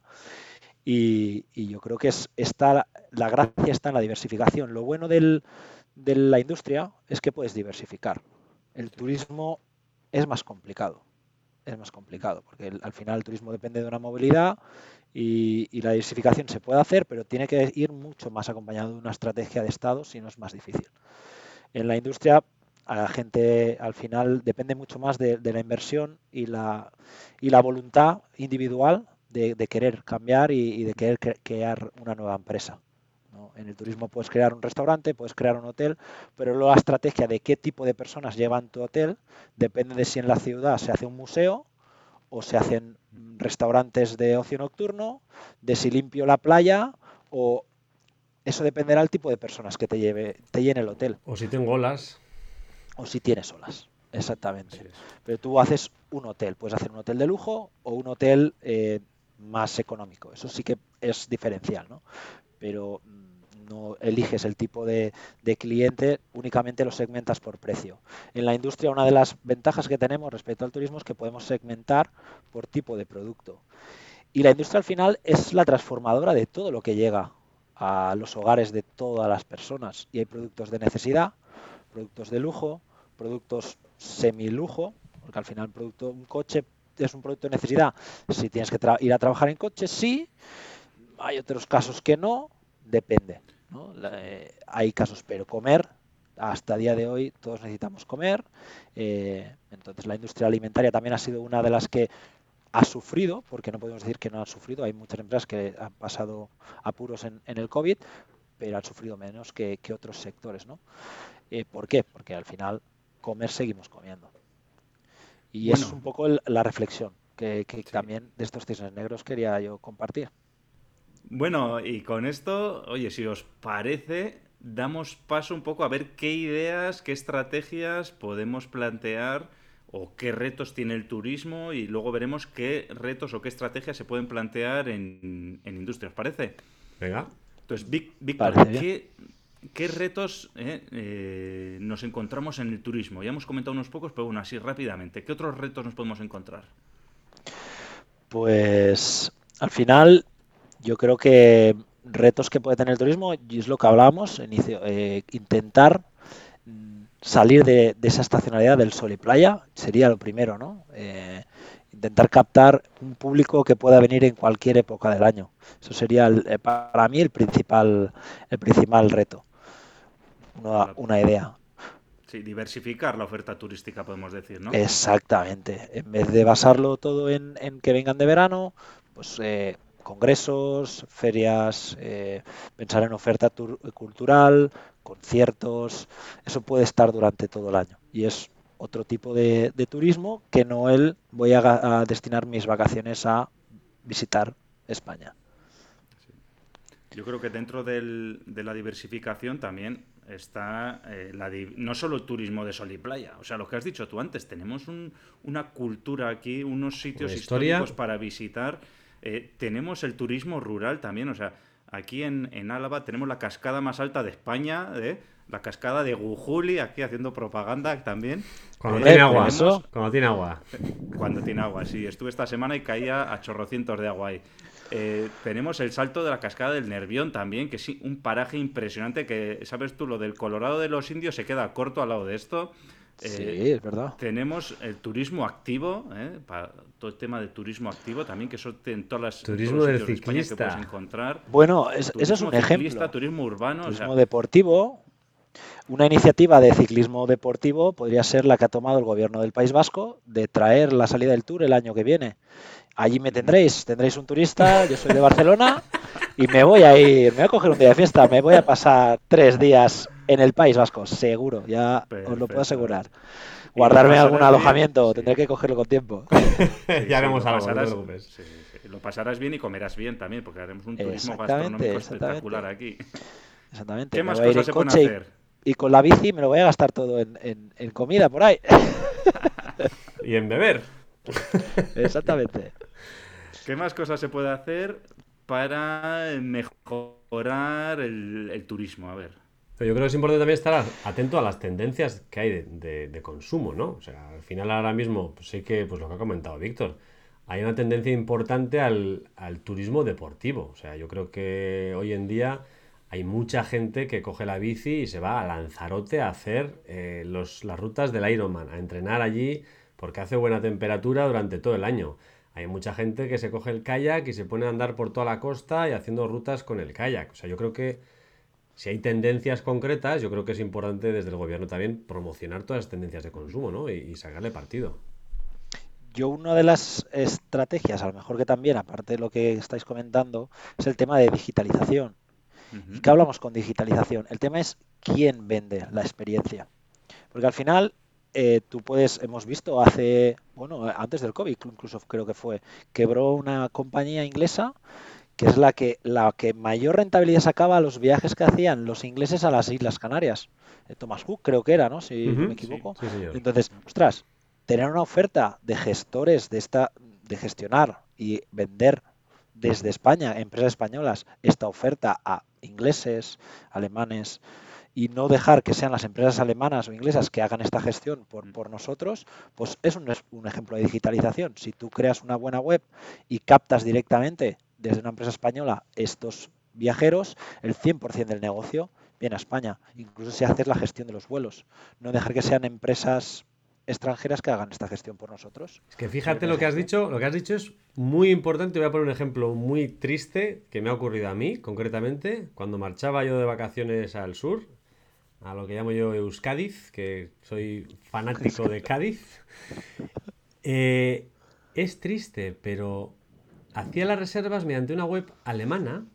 Y, y yo creo que es, está, la gracia está en la diversificación. Lo bueno del- de la industria es que puedes diversificar. El turismo es más complicado. Es más complicado, porque el- al final el turismo depende de una movilidad y, y la diversificación se puede hacer, pero tiene que ir mucho más acompañado de una estrategia de Estado, si no es más difícil. En la industria, a la gente al final depende mucho más de, de la inversión y la, y la voluntad individual de, de querer cambiar y, y de querer cre- crear una nueva empresa. ¿No? En el turismo puedes crear un restaurante, puedes crear un hotel, pero luego la estrategia de qué tipo de personas llevan tu hotel depende de si en la ciudad se hace un museo o se hacen restaurantes de ocio nocturno, de si limpio la playa o eso dependerá del tipo de personas que te lleve, te llene el hotel O si tengo olas, o si tienes olas. así Exactamente. es. Pero tú haces un hotel, puedes hacer un hotel de lujo o un hotel eh, más económico. Eso sí que es diferencial, ¿no? Pero mm, no eliges el tipo de, de cliente, únicamente lo segmentas por precio. En la industria, una de las ventajas que tenemos respecto al turismo es que podemos segmentar por tipo de producto. Y la industria al final es la transformadora de todo lo que llega a los hogares de todas las personas. Y hay productos de necesidad, productos de lujo, productos semilujo, porque al final producto, un coche es un producto de necesidad. Si tienes que ir a trabajar en coche, sí. Hay otros casos que no, depende. ¿No? La, eh, hay casos, pero comer, hasta el día de hoy todos necesitamos comer. Eh, entonces la industria alimentaria también ha sido una de las que ha sufrido, porque no podemos decir que no han sufrido. Hay muchas empresas que han pasado apuros en, en el COVID, pero han sufrido menos que, que otros sectores, ¿no? Eh, ¿Por qué? Porque al final comer seguimos comiendo. Y es Bueno, un poco el- la reflexión que, que sí. también de estos cisnes negros quería yo compartir. Bueno, y con esto, oye, si os parece, damos paso un poco a ver qué ideas, qué estrategias podemos plantear o qué retos tiene el turismo y luego veremos qué retos o qué estrategias se pueden plantear en, en industria, ¿os parece? Venga. Entonces, Vic- Víctor, Parece ¿qué, qué retos eh, eh, nos encontramos en el turismo? Ya hemos comentado unos pocos, pero bueno, así rápidamente. ¿Qué otros retos nos podemos encontrar? Pues al final yo creo que retos que puede tener el turismo, y es lo que hablábamos, inicio, eh, intentar mm, salir de, de esa estacionalidad del sol y playa, sería lo primero, ¿no? Eh, intentar captar un público que pueda venir en cualquier época del año. Eso sería el- eh, para mí el principal, el principal reto, una, La- una idea. sí, diversificar la oferta turística, podemos decir, ¿no? Exactamente. En vez de basarlo todo en, en que vengan de verano, pues eh, congresos, ferias, eh, pensar en oferta tur- cultural, conciertos, eso puede estar durante todo el año. Y es otro tipo de, de turismo que no el voy a, ga- a destinar mis vacaciones a visitar España. Yo creo que dentro del- de la diversificación también está eh, la di- no solo el turismo de sol y playa. O sea, lo que has dicho tú antes, tenemos un- una cultura aquí, unos sitios Una historia. históricos para visitar. Eh, tenemos el turismo rural también. O sea, aquí en, en Álava tenemos la cascada más alta de España, ¿eh? La cascada de Gujuli, aquí haciendo propaganda también. Cuando Eh, tiene por agua. eso- Cuando tiene agua. Cuando tiene agua, sí. Estuve esta semana y caía a chorrocientos de agua ahí. Eh, tenemos el salto de la cascada del Nervión también, que es un paraje impresionante que, ¿sabes tú? Lo del Colorado de los Indios se queda corto al lado de esto. Eh, Sí, es verdad. Tenemos el turismo activo, ¿eh? Para todo el tema de turismo activo también, que eso en todas las en Turismo todos los del sitios de España que ciclista. puedes encontrar. Bueno, es- eso es Turismo un ciclista, ejemplo. turismo urbano, o Turismo sea, deportivo. Una iniciativa de ciclismo deportivo podría ser la que ha tomado el gobierno del País Vasco de traer la salida del Tour el año que viene. Allí me tendréis, tendréis un turista, yo soy de Barcelona y me voy a ir, me voy a coger un día de fiesta, me voy a pasar tres días en el País Vasco, seguro, ya os lo puedo asegurar. perfecto. Y lo Guardarme algún pasarás bien, alojamiento, sí. tendré que cogerlo con tiempo. Sí, Ya sí, haremos lo algo, no te pasarás- preocupes. sí, sí, lo pasarás bien y comerás bien también, porque haremos un turismo Exactamente, gastronómico exactamente. espectacular aquí. Exactamente, ¿Qué me más voy a ir cosas en se pueden coche y, hacer? y con la bici me lo voy a gastar todo en, en- en comida por ahí. Y en beber. Exactamente. ¿Qué más cosas se puede hacer para mejorar el, el turismo? A ver. Pero yo creo que es importante también estar atento a las tendencias que hay de, de- de consumo, ¿no? O sea, al final ahora mismo, pues sí que, pues lo que ha comentado Víctor, hay una tendencia importante al, al turismo deportivo. O sea, yo creo que hoy en día hay mucha gente que coge la bici y se va a Lanzarote a hacer eh, los, las rutas del Ironman, a entrenar allí porque hace buena temperatura durante todo el año. Hay mucha gente que se coge el kayak y se pone a andar por toda la costa y haciendo rutas con el kayak. O sea, yo creo que si hay tendencias concretas, yo creo que es importante desde el gobierno también promocionar todas las tendencias de consumo, ¿no? Y, y sacarle partido. Yo una de las estrategias, a lo mejor que también, aparte de lo que estáis comentando, es el tema de digitalización. ¿Y Ujú. qué hablamos con digitalización? El tema es quién vende la experiencia. Porque al final, eh, tú puedes, hemos visto hace, bueno, antes del COVID, incluso creo que fue, quebró una compañía inglesa que es la que, la que mayor rentabilidad sacaba a los viajes que hacían los ingleses a las Islas Canarias. Eh, Thomas Cook creo que era, ¿no? Si no me Ujú, Sí, equivoco. sí, señor. Entonces, ostras, tener una oferta de gestores de esta, de gestionar y vender desde España, empresas españolas, esta oferta a ingleses, alemanes, y no dejar que sean las empresas alemanas o inglesas que hagan esta gestión por, por nosotros, pues es un, es un ejemplo de digitalización. Si tú creas una buena web y captas directamente desde una empresa española estos viajeros, el cien por ciento del negocio viene a España. Incluso si haces la gestión de los vuelos. No dejar que sean empresas extranjeras que hagan esta gestión por nosotros. Es que Eso fíjate me lo que has parece. dicho, lo que has dicho es muy importante. Voy a poner un ejemplo muy triste que me ha ocurrido a mí, concretamente, cuando marchaba yo de vacaciones al sur, a lo que llamo yo Euskadiz, que soy fanático de Cádiz. Eh, es triste, pero hacía las reservas mediante una web alemana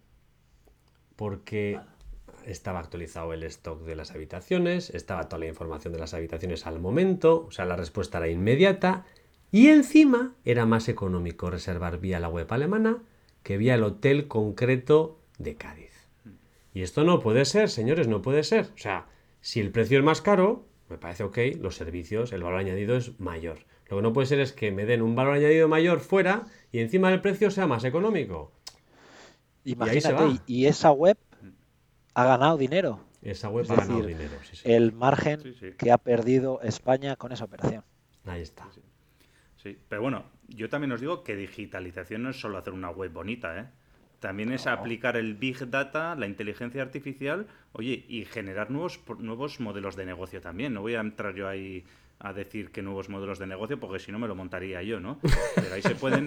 porque estaba actualizado el stock de las habitaciones, estaba toda la información de las habitaciones al momento, o sea, la respuesta era inmediata y encima era más económico reservar vía la web alemana que vía el hotel concreto de Cádiz. Y esto no puede ser, señores, no puede ser. O sea, si el precio es más caro, me parece ok, los servicios, el valor añadido es mayor. Lo que no puede ser es que me den un valor añadido mayor fuera y encima el precio sea más económico. Y ahí se Imagínate, va. y, y esa web ha ganado dinero. Esa web Es ha ganado decir, dinero, sí, sí. el margen Sí, sí. que ha perdido España con esa operación. Ahí está. Sí, pero bueno, yo también os digo que digitalización no es solo hacer una web bonita, ¿eh? También es aplicar el Big Data, la inteligencia artificial, oye, y generar nuevos, nuevos modelos de negocio también. No voy a entrar yo ahí a decir que nuevos modelos de negocio, porque si no me lo montaría yo, ¿no? Pero ahí se pueden...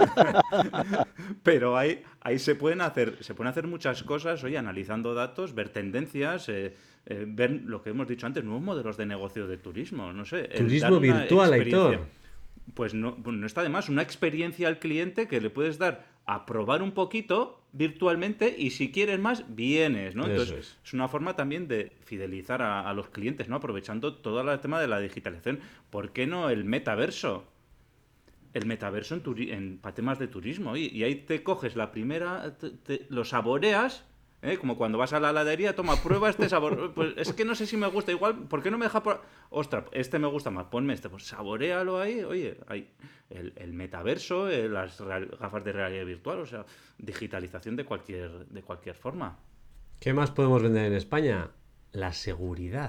Pero ahí, ahí se pueden hacer se pueden hacer muchas cosas, oye, analizando datos, ver tendencias, eh, eh, ver lo que hemos dicho antes, nuevos modelos de negocio de turismo, no sé. el Turismo dar una virtual, experiencia- Aitor. Pues no, pues no está de más. Una experiencia al cliente que le puedes dar a probar un poquito virtualmente y si quieres más, vienes, ¿no? Eso Entonces, es. es una forma también de fidelizar a, a los clientes, ¿no? Aprovechando todo el tema de la digitalización. ¿Por qué no el metaverso? El metaverso en, turi- en para temas de turismo. Y, y ahí te coges la primera, te- te- lo saboreas, ¿eh? Como cuando vas a la heladería, toma, prueba este sabor. Pues es que no sé si me gusta igual, ¿por qué no me deja por...? Ostras, este me gusta más, ponme este, pues saborealo ahí, oye, hay el, el metaverso, eh, las real- gafas de realidad virtual, o sea, digitalización de cualquier, de cualquier forma. ¿Qué más podemos vender en España? La seguridad.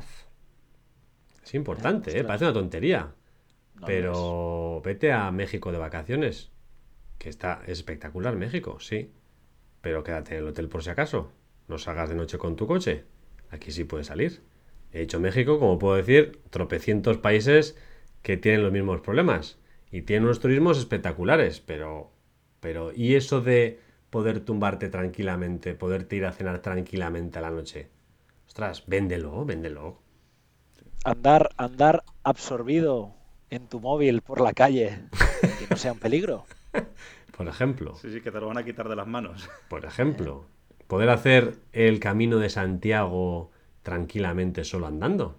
Es importante, ¿eh? Ostras. Parece una tontería. No Pero vete a México de vacaciones. Que está espectacular México, sí. Pero quédate en el hotel por si acaso. No salgas de noche con tu coche. Aquí sí puedes salir. He dicho México, como puedo decir, tropecientos países que tienen los mismos problemas. Y tienen unos turismos espectaculares. Pero, pero, ¿y eso de poder tumbarte tranquilamente, poderte ir a cenar tranquilamente a la noche? Ostras, véndelo, véndelo. Andar, andar absorbido en tu móvil por la calle, que no sea un peligro. Por ejemplo. Sí, sí, que te lo van a quitar de las manos. Por ejemplo, poder hacer el camino de Santiago tranquilamente solo andando.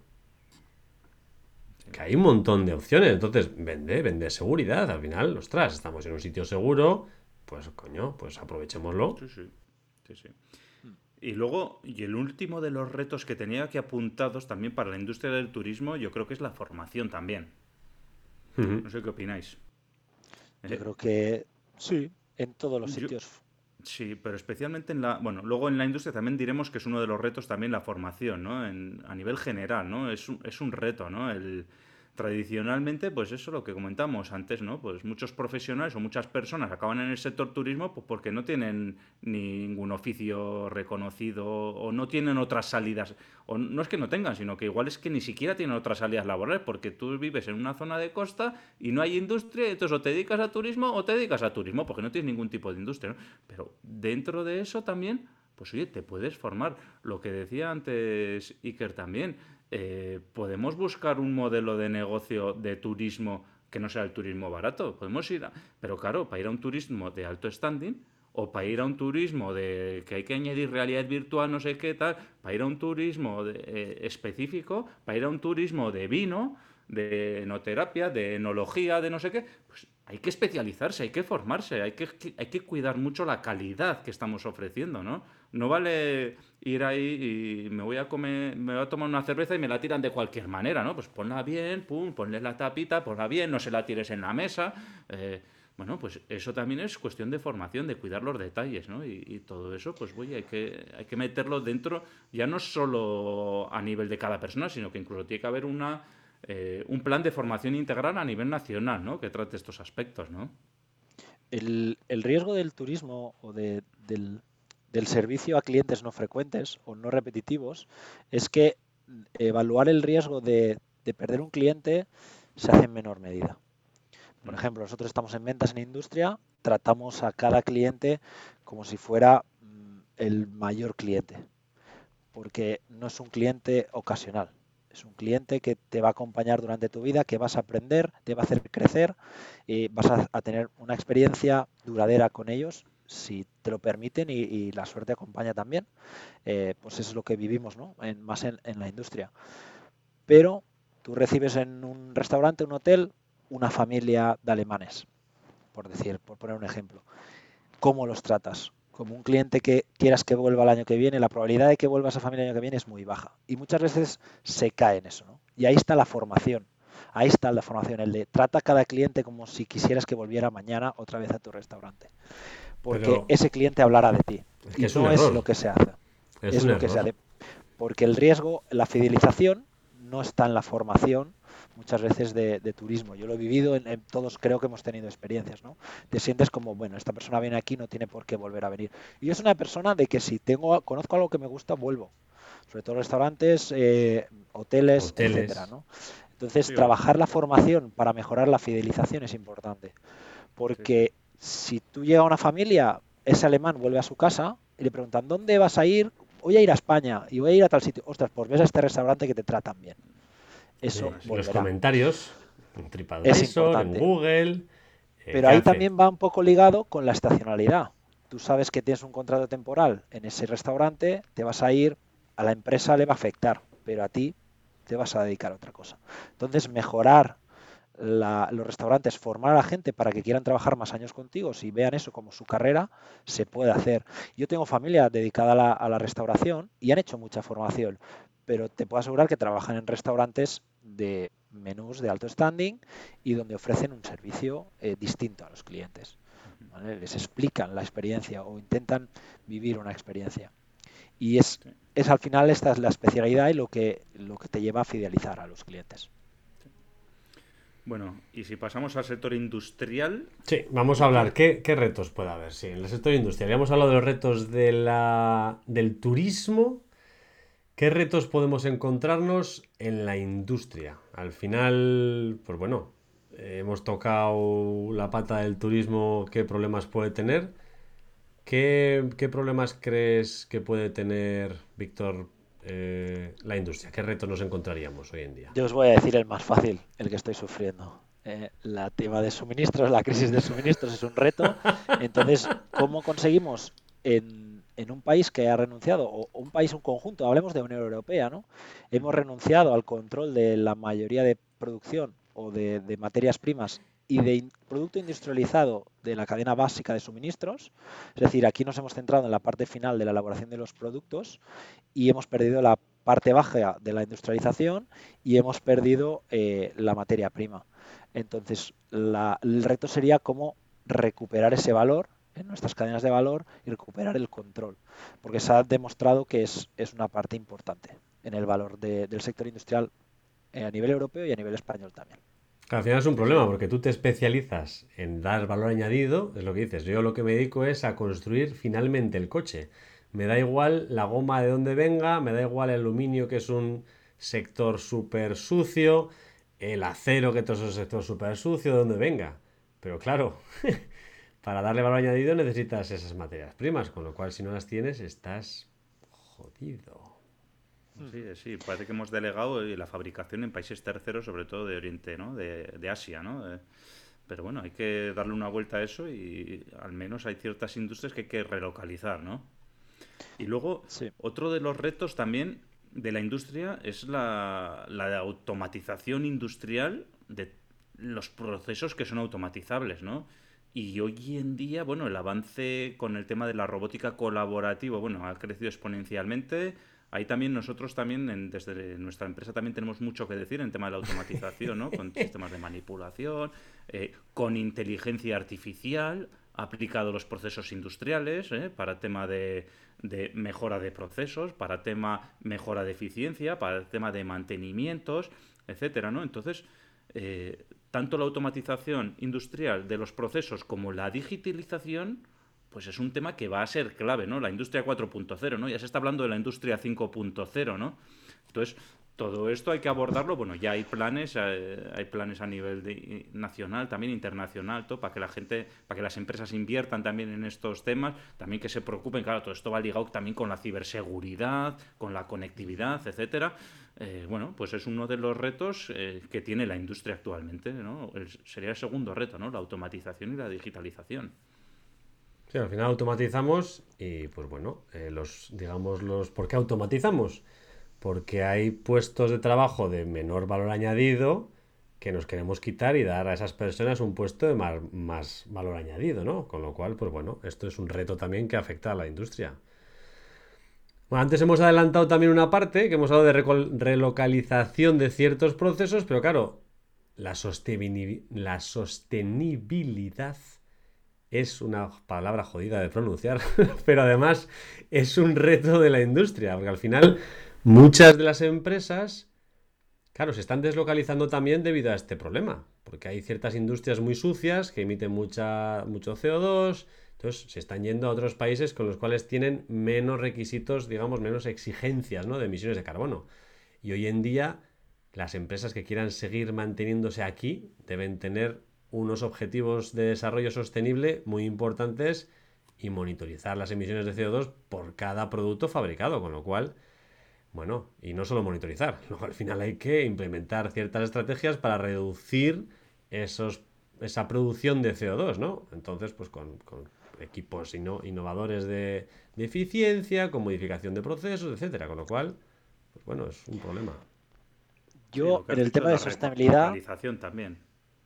Que hay un montón de opciones. Entonces, vende, vende seguridad. Al final, ostras, estamos en un sitio seguro. Pues, coño, pues aprovechémoslo. Sí, sí. Sí, sí. Y luego, y el último de los retos que tenía aquí apuntados también para la industria del turismo, yo creo que es la formación también. Ujú. No sé qué opináis. Yo Eh, creo que sí, en todos los Yo- sitios. Sí, pero especialmente en la... Bueno, luego en la industria también diremos que es uno de los retos también la formación, ¿no? En- a nivel general, ¿no? Es un, es un reto, ¿no? El, tradicionalmente, pues eso lo que comentamos antes, ¿no? Pues muchos profesionales o muchas personas acaban en el sector turismo pues porque no tienen ningún oficio reconocido o no tienen otras salidas. O no es que no tengan, sino que igual es que ni siquiera tienen otras salidas laborales porque tú vives en una zona de costa y no hay industria, entonces o te dedicas a turismo o te dedicas a turismo porque no tienes ningún tipo de industria, ¿no? Pero dentro de eso también, pues oye, te puedes formar. Lo que decía antes Iker también, eh, podemos buscar un modelo de negocio de turismo que no sea el turismo barato. Podemos ir a... Pero claro, para ir a un turismo de alto standing o para ir a un turismo de que hay que añadir realidad virtual, no sé qué tal, para ir a un turismo de, eh, específico, para ir a un turismo de vino, de enoterapia, de enología, de no sé qué, pues hay que especializarse, hay que formarse, hay que, hay que cuidar mucho la calidad que estamos ofreciendo, ¿no? No vale ir ahí y me voy a comer, me voy a tomar una cerveza y me la tiran de cualquier manera, ¿no? Pues ponla bien, pum, ponle la tapita, ponla bien, no se la tires en la mesa. Eh, bueno, pues eso también es cuestión de formación, de cuidar los detalles, ¿no? Y, y todo eso, pues oye, hay que, hay que meterlo dentro, ya no solo a nivel de cada persona, sino que incluso tiene que haber una, eh, un plan de formación integral a nivel nacional, ¿no? Que trate estos aspectos, ¿no? El, el riesgo del turismo o de- del, del servicio a clientes no frecuentes o no repetitivos es que evaluar el riesgo de, de perder un cliente se hace en menor medida. Por Mm. ejemplo, nosotros estamos en ventas en industria, tratamos a cada cliente como si fuera mm, el mayor cliente, porque no es un cliente ocasional. Es un cliente que te va a acompañar durante tu vida, que vas a aprender, te va a hacer crecer y vas a, a tener una experiencia duradera con ellos, si te lo permiten y, y la suerte acompaña también. Eh, pues eso es lo que vivimos, ¿no? En, más en, en la industria. Pero tú recibes en un restaurante, un hotel, una familia de alemanes, por decir, por poner un ejemplo. ¿Cómo los tratas? como un cliente que quieras que vuelva el año que viene, la probabilidad de que vuelva esa familia el año que viene es muy baja. Y muchas veces se cae en eso, ¿no? Y ahí está la formación. Ahí está la formación, el de trata a cada cliente como si quisieras que volviera mañana otra vez a tu restaurante. Porque Pero ese cliente hablará de ti. es que Y es un no es error. lo que se hace. Es Es un lo que se error. hace. Porque el riesgo, la fidelización, no está en la formación muchas veces de, de turismo. Yo lo he vivido, en, en todos creo que hemos tenido experiencias, ¿no? Te sientes como, bueno, esta persona viene aquí, no tiene por qué volver a venir. Y yo soy una persona de que si tengo, conozco algo que me gusta, vuelvo. Sobre todo restaurantes, eh, hoteles, etcétera, Hoteles. ¿no? Entonces, Sí, o- trabajar la formación para mejorar la fidelización es importante. sí, sí. Porque si tú llegas a una familia, ese alemán vuelve a su casa y le preguntan, ¿dónde vas a ir? Voy a ir a España y voy a ir a tal sitio. Ostras, pues ves a este restaurante que te tratan bien. Eso Eh, los volverá. comentarios en Es TripAdvisor, en importante. Google. eh, Pero ¿qué ahí hace? también va un poco ligado con la estacionalidad. Tú sabes que tienes un contrato temporal en ese restaurante, te vas a ir, a la empresa le va a afectar, pero a ti te vas a dedicar a otra cosa. Entonces, mejorar la- los restaurantes, formar a la gente para que quieran trabajar más años contigo, si vean eso como su carrera, se puede hacer. Yo tengo familia dedicada a la, a la restauración y han hecho mucha formación, pero te puedo asegurar que trabajan en restaurantes de menús de alto standing y donde ofrecen un servicio eh, distinto a los clientes. ¿Vale? Les explican la experiencia o intentan vivir una experiencia. Y es, Sí. es al final esta es la especialidad y lo que, lo que te lleva a fidelizar a los clientes. Bueno, y si pasamos al sector industrial, Sí, vamos a hablar. Iker, ¿Qué, qué retos puede haber? Sí, en el sector industrial. Ya hemos hablado de los retos de la, del turismo. ¿Qué retos podemos encontrarnos en la industria? Al final, pues bueno, eh, hemos tocado la pata del turismo, qué problemas puede tener. ¿Qué, qué problemas crees que puede tener, Víctor, eh, la industria? ¿Qué retos nos encontraríamos hoy en día? Yo os voy a decir el más fácil, el que estoy sufriendo. Eh, la tema de suministros, la crisis de suministros es un reto. Entonces, ¿cómo conseguimos en, en un país que ha renunciado, o un país, un conjunto, hablemos de Unión Europea, ¿no? Hemos renunciado al control de la mayoría de producción o de, de materias primas y de in- producto industrializado de la cadena básica de suministros. Es decir, aquí nos hemos centrado en la parte final de la elaboración de los productos y hemos perdido la parte baja de la industrialización y hemos perdido eh, la materia prima. Entonces, la, el reto sería cómo recuperar ese valor en nuestras cadenas de valor y recuperar el control, porque se ha demostrado que es, es una parte importante en el valor de, del sector industrial eh, a nivel europeo y a nivel español también. Al final es un sí, sí, problema porque tú te especializas en dar valor añadido, es lo que dices. Yo lo que me dedico es a construir finalmente el coche. Me da igual la goma de donde venga, me da igual el aluminio, que es un sector súper sucio, el acero, que todo es un sector súper sucio, de donde venga. Pero claro, para darle valor añadido necesitas esas materias primas, con lo cual si no las tienes estás jodido. sí, sí, parece que hemos delegado eh, la fabricación en países terceros, sobre todo de Oriente, ¿no? De, de Asia, ¿no? Eh, pero bueno, hay que darle una vuelta a eso y al menos hay ciertas industrias que hay que relocalizar, ¿no? Y luego, Sí. otro de los retos también de la industria es la, la automatización industrial de los procesos que son automatizables, ¿no? Y hoy en día, bueno, el avance con el tema de la robótica colaborativa, bueno, ha crecido exponencialmente. Ahí también nosotros también, en- desde nuestra empresa también tenemos mucho que decir en tema de la automatización, ¿no? Con sistemas de manipulación, eh, con inteligencia artificial aplicado a los procesos industriales, ¿eh? Para tema de, de mejora de procesos, para tema mejora de eficiencia, para el tema de mantenimientos, etcétera, ¿no? Entonces, eh, tanto la automatización industrial de los procesos como la digitalización, pues es un tema que va a ser clave, ¿no? La industria cuatro punto cero, ¿no? Ya se está hablando de la industria cinco punto cero, ¿no? Entonces, todo esto hay que abordarlo. Bueno, ya hay planes, eh, hay planes a nivel de- nacional, también internacional, todo, para que la gente, para que las empresas inviertan también en estos temas, también que se preocupen. Claro, todo esto va ligado también con la ciberseguridad, con la conectividad, etcétera. Eh, bueno, pues es uno de los retos eh, que tiene la industria actualmente, ¿no? El- sería el segundo reto, ¿no? La automatización y la digitalización. Sí, al final automatizamos y pues bueno, eh, los, digamos los, ¿por qué automatizamos? Porque hay puestos de trabajo de menor valor añadido que nos queremos quitar y dar a esas personas un puesto de más, más valor añadido, ¿no? Con lo cual, pues bueno, esto es un reto también que afecta a la industria. Bueno, antes hemos adelantado también una parte, que hemos hablado de relocalización de ciertos procesos, pero claro, la, sostenibil la sostenibilidad es una palabra jodida de pronunciar, pero además es un reto de la industria, porque al final muchas de las empresas, claro, se están deslocalizando también debido a este problema, porque hay ciertas industrias muy sucias que emiten mucha, mucho C O dos. Entonces se están yendo a otros países con los cuales tienen menos requisitos, digamos, menos exigencias, ¿no?, de emisiones de carbono. Y hoy en día las empresas que quieran seguir manteniéndose aquí deben tener unos objetivos de desarrollo sostenible muy importantes y monitorizar las emisiones de C O dos por cada producto fabricado, con lo cual, bueno, y no solo monitorizar, luego al final hay que implementar ciertas estrategias para reducir esos, esa producción de C O dos, ¿no? Entonces, pues con, con equipos ino innovadores de, de eficiencia, con modificación de procesos, etcétera. Con lo cual, pues bueno, es un problema. Yo, sí, en el tema de sostenibilidad, también.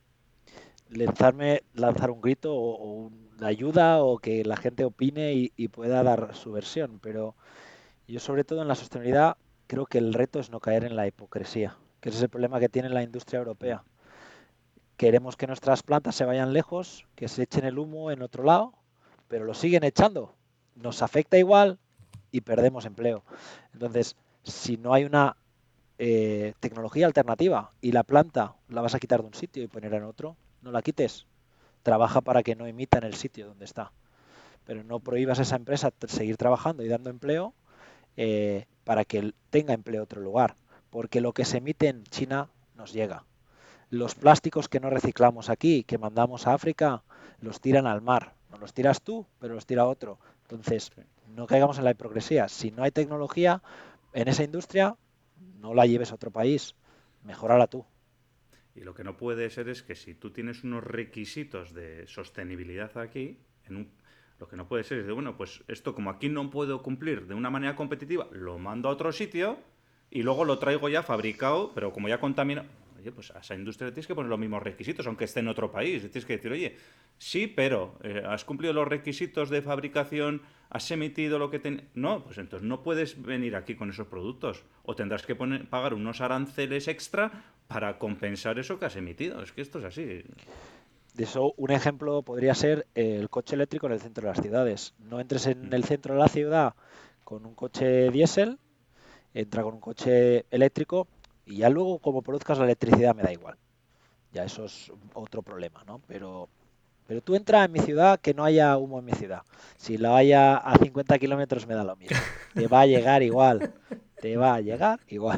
lanzarme, lanzar un grito o, o una ayuda o que la gente opine y, y pueda dar su versión, pero yo sobre todo en la sostenibilidad creo que el reto es no caer en la hipocresía, que ese es el problema que tiene la industria europea. Queremos que nuestras plantas se vayan lejos, que se echen el humo en otro lado, pero lo siguen echando. Nos afecta igual y perdemos empleo. Entonces, si no hay una eh, tecnología alternativa y la planta la vas a quitar de un sitio y ponerla en otro, no la quites. Trabaja para que no emita en el sitio donde está. Pero no prohíbas a esa empresa seguir trabajando y dando empleo eh, para que tenga empleo en otro lugar. Porque lo que se emite en China nos llega. Los plásticos que no reciclamos aquí, que mandamos a África, los tiran al mar. No los tiras tú, pero los tira otro. Entonces, no caigamos en la hipocresía. Si no hay tecnología en esa industria, no la lleves a otro país. Mejórala tú. Y lo que no puede ser es que si tú tienes unos requisitos de sostenibilidad aquí, en un, lo que no puede ser es de, bueno, pues esto como aquí no puedo cumplir de una manera competitiva, lo mando a otro sitio y luego lo traigo ya fabricado, pero como ya contamina... Oye, pues a esa industria le tienes que poner los mismos requisitos, aunque esté en otro país. Le tienes que decir, oye, sí, pero eh, ¿has cumplido los requisitos de fabricación? ¿Has emitido lo que ten...? No, pues entonces no puedes venir aquí con esos productos. O tendrás que poner, pagar unos aranceles extra para compensar eso que has emitido. Es que esto es así. De eso, un ejemplo podría ser el coche eléctrico en el centro de las ciudades. No entres en el centro de la ciudad con un coche diésel, entra con un coche eléctrico y ya luego como produzcas la electricidad me da igual. Ya eso es otro problema, ¿no? Pero, pero tú entras en mi ciudad que no haya humo en mi ciudad. Si lo haya a cincuenta kilómetros me da lo mismo. Te va a llegar igual. Te va a llegar igual.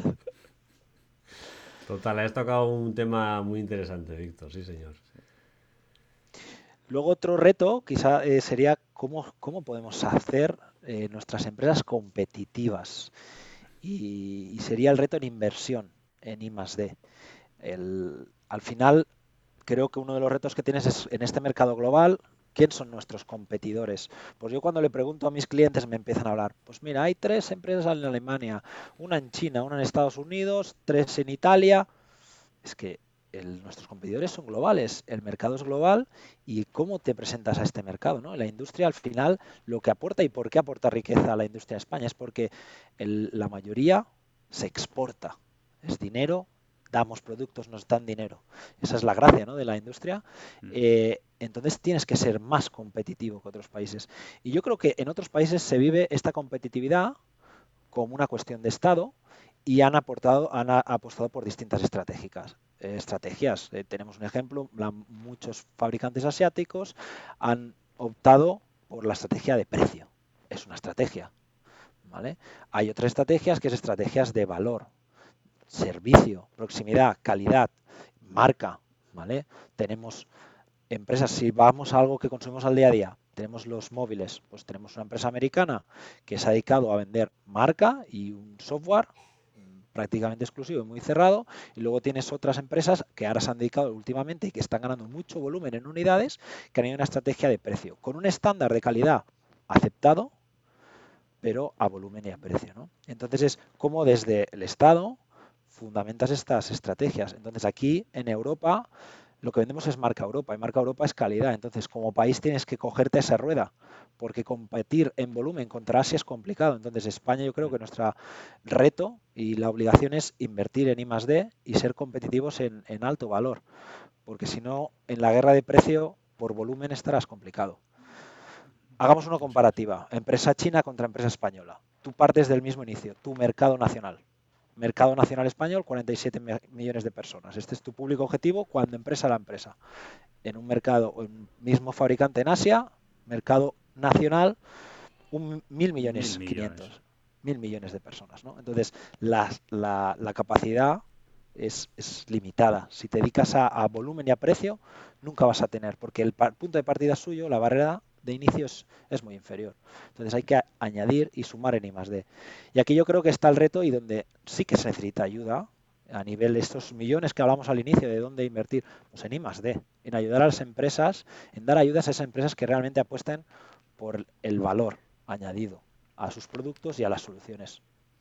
Total, has tocado un tema muy interesante, Víctor, sí señor. Luego otro reto quizá eh, sería cómo, cómo podemos hacer eh, nuestras empresas competitivas. Y, y sería el reto en inversión en I más D. El, al final, creo que uno de los retos que tienes es en este mercado global, ¿quién son nuestros competidores? Pues yo cuando le pregunto a mis clientes me empiezan a hablar, pues mira, hay tres empresas en Alemania, una en China, una en Estados Unidos, tres en Italia. Es que el, nuestros competidores son globales, el mercado es global y cómo te presentas a este mercado, ¿no? La industria al final lo que aporta y por qué aporta riqueza a la industria de España es porque el, la mayoría se exporta, es dinero, damos productos, nos dan dinero. Esa es la gracia, ¿no?, de la industria. Eh, entonces tienes que ser más competitivo que otros países. Y yo creo que en otros países se vive esta competitividad como una cuestión de Estado y han aportado, han a, apostado por distintas estratégicas, eh, estrategias. Eh, tenemos un ejemplo, la, muchos fabricantes asiáticos han optado por la estrategia de precio. Es una estrategia, ¿vale? Hay otras estrategias que es estrategias de valor, servicio, proximidad, calidad, marca, ¿vale? Tenemos empresas, si vamos a algo que consumimos al día a día, tenemos los móviles, pues tenemos una empresa americana que se ha dedicado a vender marca y un software prácticamente exclusivo y muy cerrado, y luego tienes otras empresas que ahora se han dedicado últimamente y que están ganando mucho volumen en unidades, que han ido una estrategia de precio, con un estándar de calidad aceptado, pero a volumen y a precio, ¿no? Entonces es como desde el Estado fundamentas estas estrategias. Entonces aquí en Europa lo que vendemos es marca Europa y marca Europa es calidad. Entonces como país tienes que cogerte esa rueda porque competir en volumen contra Asia es complicado. Entonces España yo creo que nuestro reto y la obligación es invertir en I más D y ser competitivos en, en alto valor, porque si no en la guerra de precio por volumen estarás complicado. Hagamos una comparativa, empresa china contra empresa española. Tú partes del mismo inicio, tu mercado nacional. Mercado nacional español, cuarenta y siete millones de personas. Este es tu público objetivo cuando empresa a la empresa. En un mercado, un mismo fabricante en Asia, mercado nacional, un mil millones quinientos. Mil millones de personas, ¿no? Entonces, la, la, la capacidad es, es limitada. Si te dedicas a, a volumen y a precio, nunca vas a tener, porque el par, punto de partida suyo, la barrera de inicio es, es muy inferior. Entonces hay que a, añadir y sumar en I más D. Y aquí yo creo que está el reto y donde sí que se necesita ayuda a nivel de estos millones que hablamos al inicio de dónde invertir, pues en I más D, en ayudar a las empresas, en dar ayudas a esas empresas que realmente apuesten por el valor añadido a sus productos y a las soluciones.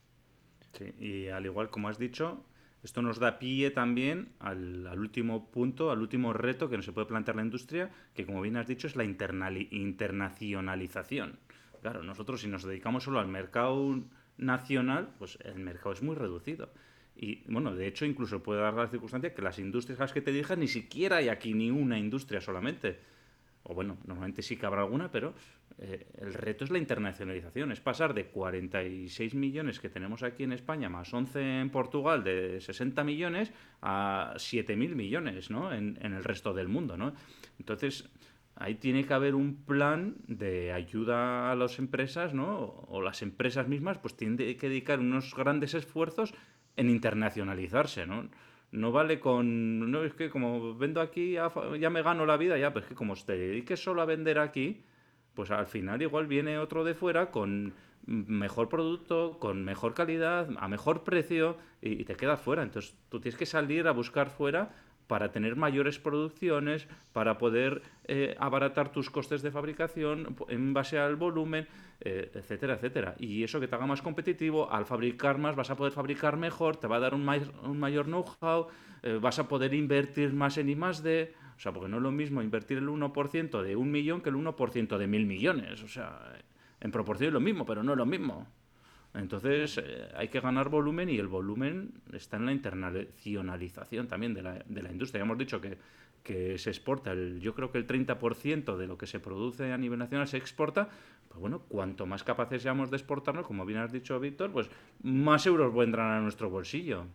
Sí, y al igual como has dicho, esto nos da pie también al, al último punto, al último reto que nos se puede plantear la industria, que como bien has dicho es la internali- internacionalización. Claro, nosotros si nos dedicamos solo al mercado nacional, pues el mercado es muy reducido. Y bueno, de hecho incluso puede dar la circunstancia que las industrias a las que te dirijas ni siquiera hay aquí ni una industria solamente. O bueno, normalmente sí que habrá alguna, pero eh, el reto es la internacionalización, es pasar de cuarenta y seis millones que tenemos aquí en España, más once en Portugal, de sesenta millones, a siete mil millones, ¿no? En, en el resto del mundo, ¿no? Entonces, ahí tiene que haber un plan de ayuda a las empresas, ¿no? O, o las empresas mismas, pues tienen que dedicar unos grandes esfuerzos en internacionalizarse, ¿no? No vale con... No, es que como vendo aquí ya, ya me gano la vida, ya, pues es que como te dediques solo a vender aquí, pues al final igual viene otro de fuera con mejor producto, con mejor calidad, a mejor precio y, y te quedas fuera. Entonces tú tienes que salir a buscar fuera para tener mayores producciones, para poder eh, abaratar tus costes de fabricación en base al volumen, eh, etcétera, etcétera. Y eso que te haga más competitivo, al fabricar más vas a poder fabricar mejor, te va a dar un, may- un mayor know-how, eh, vas a poder invertir más en I más D, o sea, porque no es lo mismo invertir el uno por ciento de un millón que el uno por ciento de mil millones, o sea, en proporción es lo mismo, pero no es lo mismo. Entonces eh, hay que ganar volumen y el volumen está en la internacionalización también de la, de la industria. Ya hemos dicho que, que se exporta, el, yo creo que el treinta por ciento de lo que se produce a nivel nacional se exporta. Pues bueno, cuanto más capaces seamos de exportarlo, como bien has dicho, Víctor, pues más euros vendrán a nuestro bolsillo.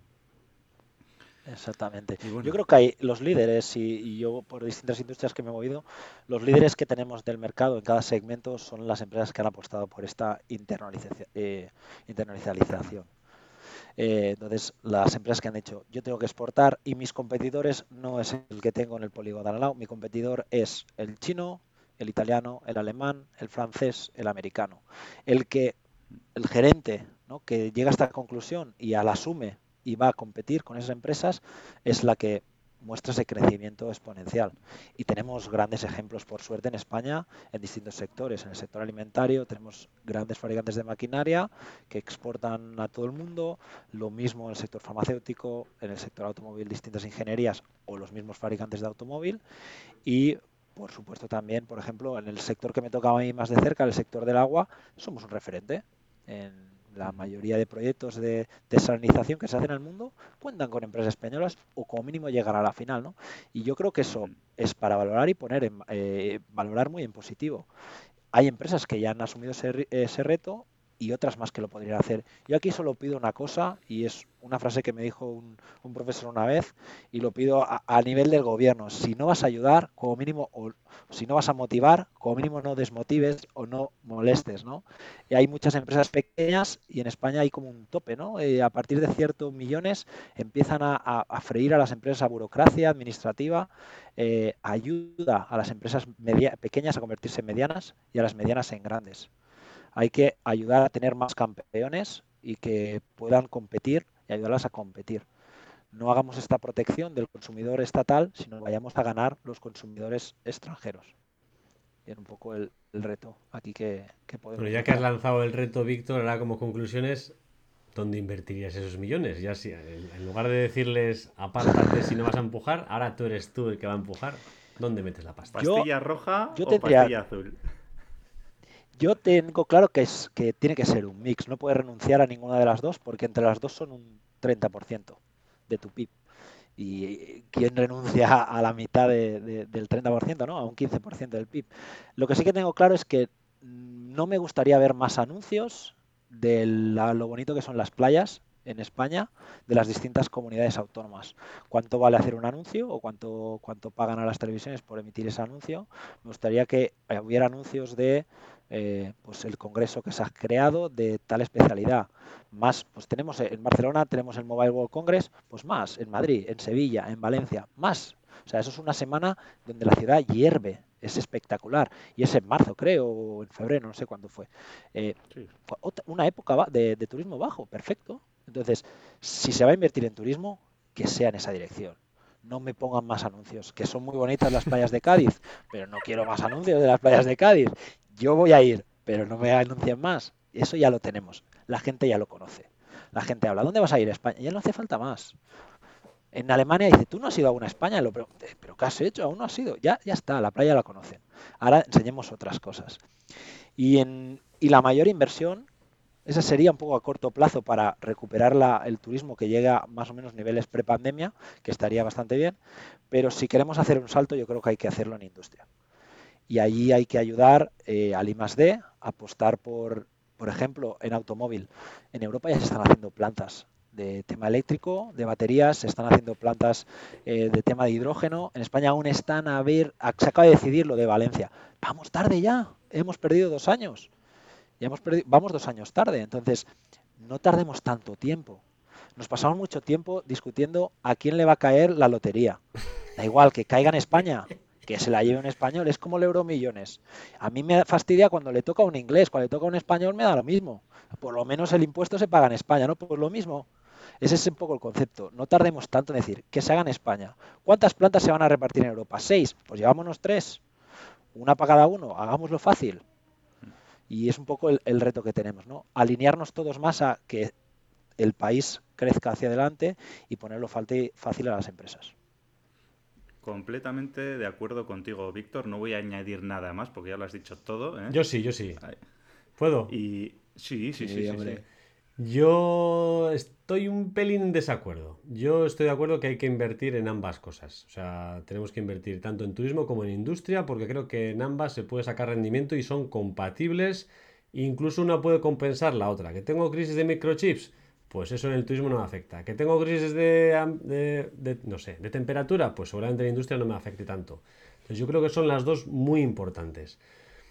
Exactamente. Y bueno, Yo creo que hay los líderes, y, y yo por distintas industrias que me he movido, los líderes que tenemos del mercado en cada segmento son las empresas que han apostado por esta internalización. Eh, internacionalización. Eh, entonces, las empresas que han dicho, yo tengo que exportar y mis competidores no es el que tengo en el polígono al lado, mi competidor es el chino, el italiano, el alemán, el francés, el americano. El que el gerente, ¿no?, que llega a esta conclusión y la asume y va a competir con esas empresas es la que muestra ese crecimiento exponencial. Y tenemos grandes ejemplos, por suerte, en España, en distintos sectores. En el sector alimentario tenemos grandes fabricantes de maquinaria que exportan a todo el mundo. Lo mismo en el sector farmacéutico, en el sector automóvil, distintas ingenierías o los mismos fabricantes de automóvil. Y por supuesto también, por ejemplo, en el sector que me toca a mí más de cerca, el sector del agua, somos un referente. En la mayoría de proyectos de desalinización que se hacen en el mundo cuentan con empresas españolas o como mínimo llegar a la final, ¿no? Y yo creo que eso es para valorar y poner en, eh, valorar muy en positivo. Hay empresas que ya han asumido ese, ese reto y otras más que lo podrían hacer. Yo aquí solo pido una cosa y es una frase que me dijo un, un profesor una vez y lo pido a, a nivel del gobierno. Si no vas a ayudar, como mínimo, o si no vas a motivar, como mínimo no desmotives o no molestes, ¿no? Y hay muchas empresas pequeñas y en España hay como un tope, ¿no? Eh, a partir de ciertos millones empiezan a, a, a freír a las empresas a burocracia administrativa, eh, ayuda a las empresas media, pequeñas a convertirse en medianas y a las medianas en grandes. Hay que ayudar a tener más campeones y que puedan competir y ayudarlas a competir. No hagamos esta protección del consumidor estatal, sino vayamos a ganar los consumidores extranjeros. Y es un poco el, el reto aquí que, que podemos Bueno, ya que has lanzar. lanzado el reto, Víctor, ahora como conclusiones, ¿dónde invertirías esos millones? Ya si, en lugar de decirles, apártate si no vas a empujar, ahora tú eres tú el que va a empujar. ¿Dónde metes la pasta? Yo, ¿Pastilla roja yo o tendría, pastilla azul? yo tengo claro que es que tiene que ser un mix. No puedes renunciar a ninguna de las dos porque entre las dos son un treinta por ciento de tu P I B. ¿Y quién renuncia a la mitad de, de, del treinta por ciento, ¿no? A un quince por ciento del P I B? Lo que sí que tengo claro es que no me gustaría ver más anuncios de la, lo bonito que son las playas en España de las distintas comunidades autónomas. ¿Cuánto vale hacer un anuncio o cuánto, cuánto pagan a las televisiones por emitir ese anuncio? Me gustaría que hubiera anuncios de eh, pues el congreso que se ha creado de tal especialidad. Más, pues tenemos en Barcelona, tenemos el Mobile World Congress, pues más, en Madrid, en Sevilla, en Valencia, más. O sea, eso es una semana donde la ciudad hierve, es espectacular. Y es en marzo, creo, o en febrero, no sé cuándo fue. Eh, Sí. una época de, de turismo bajo, perfecto. Entonces, si se va a invertir en turismo, que sea en esa dirección. No me pongan más anuncios, que son muy bonitas las playas de Cádiz, pero no quiero más anuncios de las playas de Cádiz. Yo voy a ir, pero no me anuncien más. Eso ya lo tenemos. La gente ya lo conoce. La gente habla, ¿dónde vas a ir a España? Ya no hace falta más. En Alemania dice, ¿tú no has ido aún a España? Lo pregunté, ¿pero qué has hecho? Aún no has ido. Ya, ya está, la playa la conocen. Ahora enseñemos otras cosas. Y, en, y la mayor inversión, esa sería un poco a corto plazo para recuperar la, el turismo que llega a más o menos niveles prepandemia, que estaría bastante bien. Pero si queremos hacer un salto, yo creo que hay que hacerlo en industria. Y allí hay que ayudar eh, al I más D, apostar por, por ejemplo, en automóvil. En Europa ya se están haciendo plantas de tema eléctrico, de baterías, se están haciendo plantas eh, de tema de hidrógeno. En España aún están a ver, se acaba de decidir lo de Valencia. Vamos tarde ya, hemos perdido dos años. Ya hemos perdido, vamos dos años tarde, entonces no tardemos tanto tiempo. Nos pasamos mucho tiempo discutiendo a quién le va a caer la lotería. Da igual que caiga en España, que se la lleve un español, es como el Euromillones. A mí me fastidia cuando le toca a un inglés, cuando le toca a un español me da lo mismo. Por lo menos el impuesto se paga en España, ¿no? Pues lo mismo. Ese es un poco el concepto. No tardemos tanto en decir que se haga en España. ¿Cuántas plantas se van a repartir en Europa? Seis. Pues llevámonos tres. Una para cada uno. Hagámoslo fácil. Y es un poco el, el reto que tenemos, ¿no? Alinearnos todos más a que el país crezca hacia adelante y ponerlo fácil a las empresas. Completamente de acuerdo contigo, Víctor. No voy a añadir nada más porque ya lo has dicho todo, ¿eh? Yo sí, yo sí. ¿Puedo? Y sí, sí, sí, sí, sí, sí. Yo estoy un pelín en desacuerdo. Yo estoy de acuerdo que hay que invertir en ambas cosas. O sea, tenemos que invertir tanto en turismo como en industria porque creo que en ambas se puede sacar rendimiento y son compatibles. Incluso una puede compensar la otra. ¿Que tengo crisis de microchips? Pues eso en el turismo no me afecta. ¿Que tengo crisis de, de, de no sé, de temperatura? Pues seguramente en la industria no me afecte tanto. Entonces yo creo que son las dos muy importantes.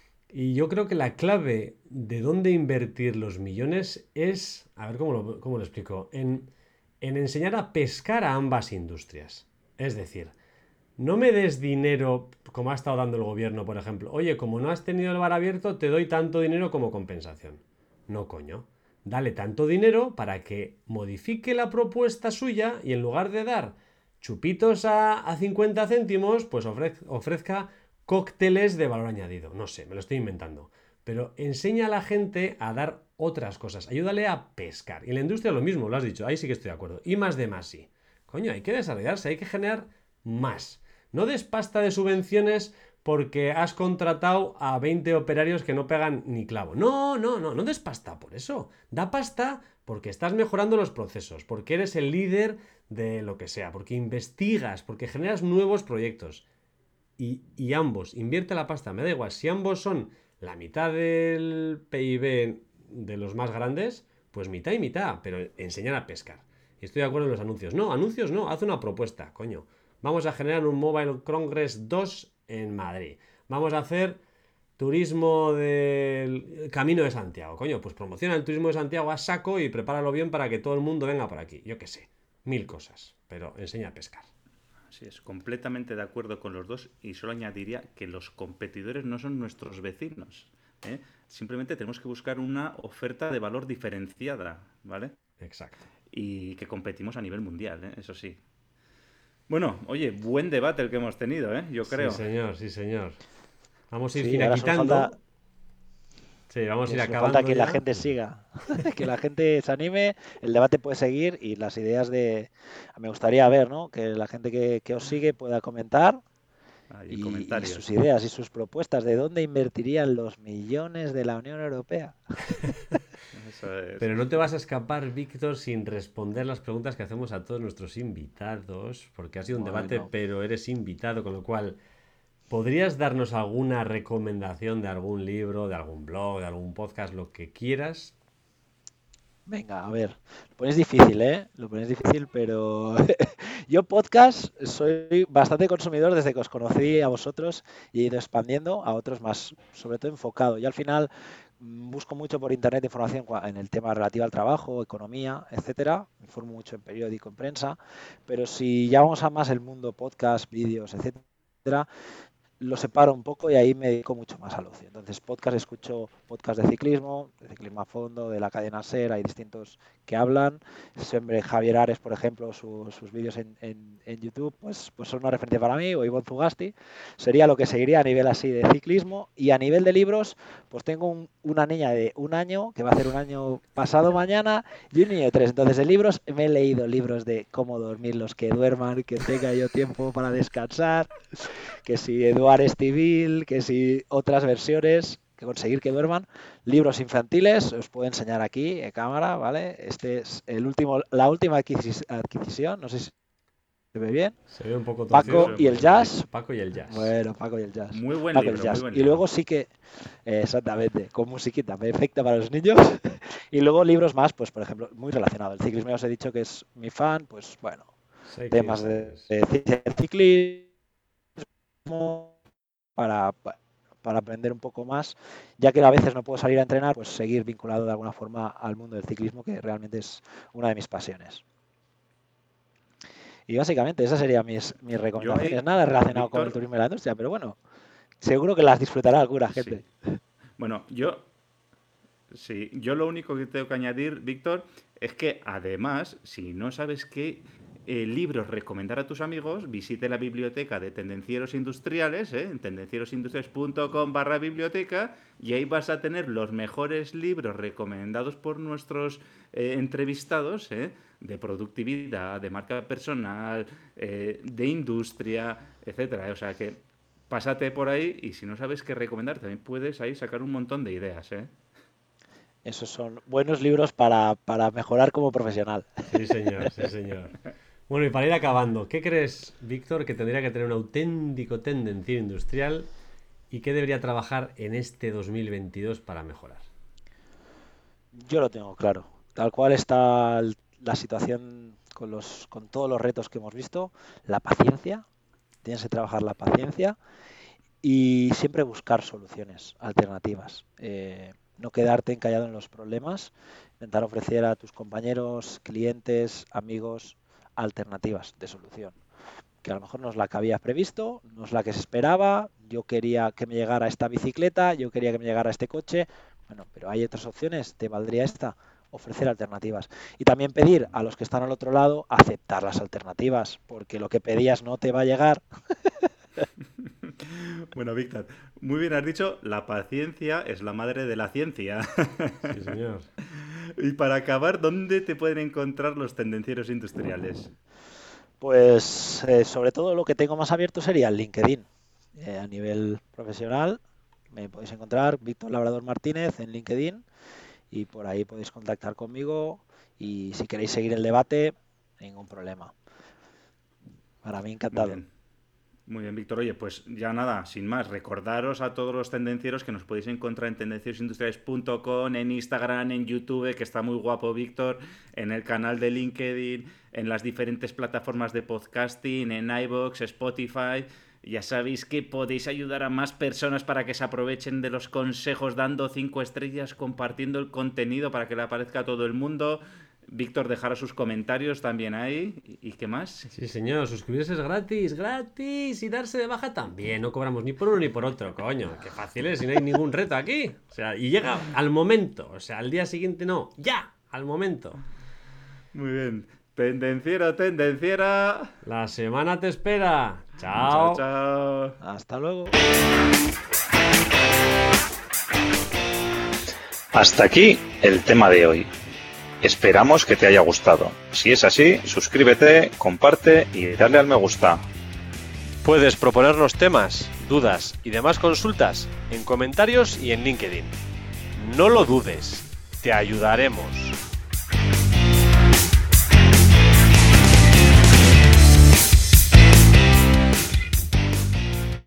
Y yo creo que la clave de dónde invertir los millones es, a ver cómo lo, cómo lo explico, en, en enseñar a pescar a ambas industrias. Es decir, no me des dinero como ha estado dando el gobierno, por ejemplo. Oye, como no has tenido el bar abierto, te doy tanto dinero como compensación. No, coño. Dale tanto dinero para que modifique la propuesta suya y en lugar de dar chupitos a, a cincuenta céntimos, pues ofrez, ofrezca cócteles de valor añadido. No sé, me lo estoy inventando. Pero enseña a la gente a dar otras cosas. Ayúdale a pescar. Y en la industria lo mismo, lo has dicho. Ahí sí que estoy de acuerdo. Y más de más sí. Coño, hay que desarrollarse, hay que generar más. No des pasta de subvenciones porque has contratado a veinte operarios que no pegan ni clavo. No, no, no, no des pasta por eso. Da pasta porque estás mejorando los procesos, porque eres el líder de lo que sea, porque investigas, porque generas nuevos proyectos. Y, y ambos, invierte la pasta, me da igual, si ambos son la mitad del P I B de los más grandes, pues mitad y mitad, pero enseñar a pescar. Y estoy de acuerdo en los anuncios. No, anuncios no, haz una propuesta, coño. Vamos a generar un Mobile Congress dos en Madrid. Vamos a hacer turismo del Camino de Santiago. Coño, pues promociona el turismo de Santiago a saco y prepáralo bien para que todo el mundo venga por aquí. Yo qué sé, mil cosas, pero enseña a pescar. Así es, completamente de acuerdo con los dos y solo añadiría que los competidores no son nuestros vecinos, ¿eh? Simplemente tenemos que buscar una oferta de valor diferenciada, ¿vale? Exacto. Y que competimos a nivel mundial, ¿eh? Eso sí. Bueno, oye, buen debate el que hemos tenido, ¿eh? Yo creo. Sí, señor, sí, señor. Vamos a ir Sí, finiquitando. ahora solo falta... Sí, vamos a ir Solo acabando falta que ya. la gente siga, que la gente se anime, el debate puede seguir y las ideas de... Me gustaría ver, ¿no? Que la gente que, que os sigue pueda comentar Ahí, y, y comentarios. sus ideas y sus propuestas de dónde invertirían los millones de la Unión Europea. Eso es. Pero no te vas a escapar, Víctor, sin responder las preguntas que hacemos a todos nuestros invitados, porque ha sido un Bueno. debate, pero eres invitado, con lo cual, ¿podrías darnos alguna recomendación de algún libro, de algún blog, de algún podcast, lo que quieras? Venga, a ver, lo pones difícil, ¿eh? Lo pones difícil, pero yo podcast soy bastante consumidor desde que os conocí a vosotros y he ido expandiendo a otros más, sobre todo enfocado. Y al final mm, busco mucho por internet información cua- en el tema relativo al trabajo, economía, etcétera. Me informo mucho en periódico, en prensa, pero si ya vamos a más el mundo podcast, vídeos, etcétera, lo separo un poco y ahí me dedico mucho más al ocio. Entonces, podcast, escucho podcast de ciclismo, de ciclismo a fondo, de la cadena SER, hay distintos que hablan. Siempre Javier Ares, por ejemplo, su- sus vídeos en, en- en YouTube, pues, pues son una referencia para mí, o Ivonne Zugasti. Sería lo que seguiría a nivel así de ciclismo. Y a nivel de libros, pues tengo un- una niña de un año, que va a hacer un año pasado mañana, y un niño de tres. Entonces, de libros, me he leído libros de cómo dormir los que duerman, que tenga yo tiempo para descansar, que si Eduard Estivil, que si otras versiones, que conseguir que duerman. Libros infantiles, os puedo enseñar aquí en cámara, ¿vale? Este es el último, la última adquisis- adquisición, no sé si se ve bien. Se ve un poco Paco torcido. y el jazz. Paco y el jazz. Bueno, Paco y el jazz. Muy buen Paco y el libro, muy jazz. buen Y libro. luego sí que, eh, exactamente, con musiquita, perfecta para los niños. Y luego libros más, pues por ejemplo, muy relacionado. El ciclismo ya os he dicho que es mi fan, pues bueno, Sé que temas es- de, de ciencia del ciclismo para, para aprender un poco más, ya que a veces no puedo salir a entrenar, pues seguir vinculado de alguna forma al mundo del ciclismo, que realmente es una de mis pasiones. Y básicamente esas serían mis, mis recomendaciones. ahí, Nada relacionado con Víctor- el turismo y la industria, pero bueno, seguro que las disfrutará alguna gente. Sí. Bueno, yo. Sí, yo lo único que tengo que añadir, Víctor, es que además, si no sabes qué eh, libros recomendar a tus amigos, visite la biblioteca de Tendencieros Industriales, ¿eh? En tendencierosindustriales punto com barra biblioteca, y ahí vas a tener los mejores libros recomendados por nuestros eh, entrevistados, ¿eh? De productividad, de marca personal, eh, de industria, etcétera. O sea que pásate por ahí y si no sabes qué recomendar, también puedes ahí sacar un montón de ideas, ¿eh? Esos son buenos libros para, para mejorar como profesional. Sí, señor, sí, señor. Bueno, y para ir acabando, ¿qué crees, Víctor, que tendría que tener un auténtico tendenciero industrial y qué debería trabajar en este dos mil veintidós para mejorar? Yo lo tengo claro. Tal cual está el- la situación con, los, con todos los retos que hemos visto, la paciencia, tienes que trabajar la paciencia y siempre buscar soluciones alternativas. Eh, no quedarte encallado en los problemas, intentar ofrecer a tus compañeros, clientes, amigos alternativas de solución. Que a lo mejor no es la que habías previsto, no es la que se esperaba, yo quería que me llegara esta bicicleta, yo quería que me llegara este coche, bueno, pero hay otras opciones, ¿te valdría esta? Ofrecer alternativas. Y también pedir a los que están al otro lado aceptar las alternativas, porque lo que pedías no te va a llegar. Bueno, Víctor, muy bien has dicho, la paciencia es la madre de la ciencia. Sí, señor. Y para acabar, ¿dónde te pueden encontrar los tendencieros industriales? Pues eh, sobre todo lo que tengo más abierto sería el LinkedIn. Eh, a nivel profesional me podéis encontrar Víctor Labrador Martínez en LinkedIn y por ahí podéis contactar conmigo y si queréis seguir el debate, ningún problema. Para mí Muy encantado. bien. Muy bien, Víctor. Oye, pues ya nada, sin más, recordaros a todos los tendencieros que nos podéis encontrar en tendencierosindustriales punto com, en Instagram, en YouTube, que está muy guapo Víctor, en el canal de LinkedIn, en las diferentes plataformas de podcasting, en iVoox, Spotify. Ya sabéis que podéis ayudar a más personas para que se aprovechen de los consejos, dando cinco estrellas, compartiendo el contenido para que le aparezca a todo el mundo. Víctor dejará sus comentarios también ahí. ¿Y, y qué más? Sí, señor, suscribirse es gratis, gratis, y darse de baja también. No cobramos ni por uno ni por otro, coño. Qué fácil es, y no hay ningún reto aquí. O sea, y llega al momento, o sea, al día siguiente no, ya, al momento. Muy bien. Tendenciero, tendenciera. La semana te espera. Chao. Chao, chao. Hasta luego. Hasta aquí el tema de hoy. Esperamos que te haya gustado. Si es así, suscríbete, comparte y dale al me gusta. Puedes proponernos temas, dudas y demás consultas en comentarios y en LinkedIn. No lo dudes, te ayudaremos.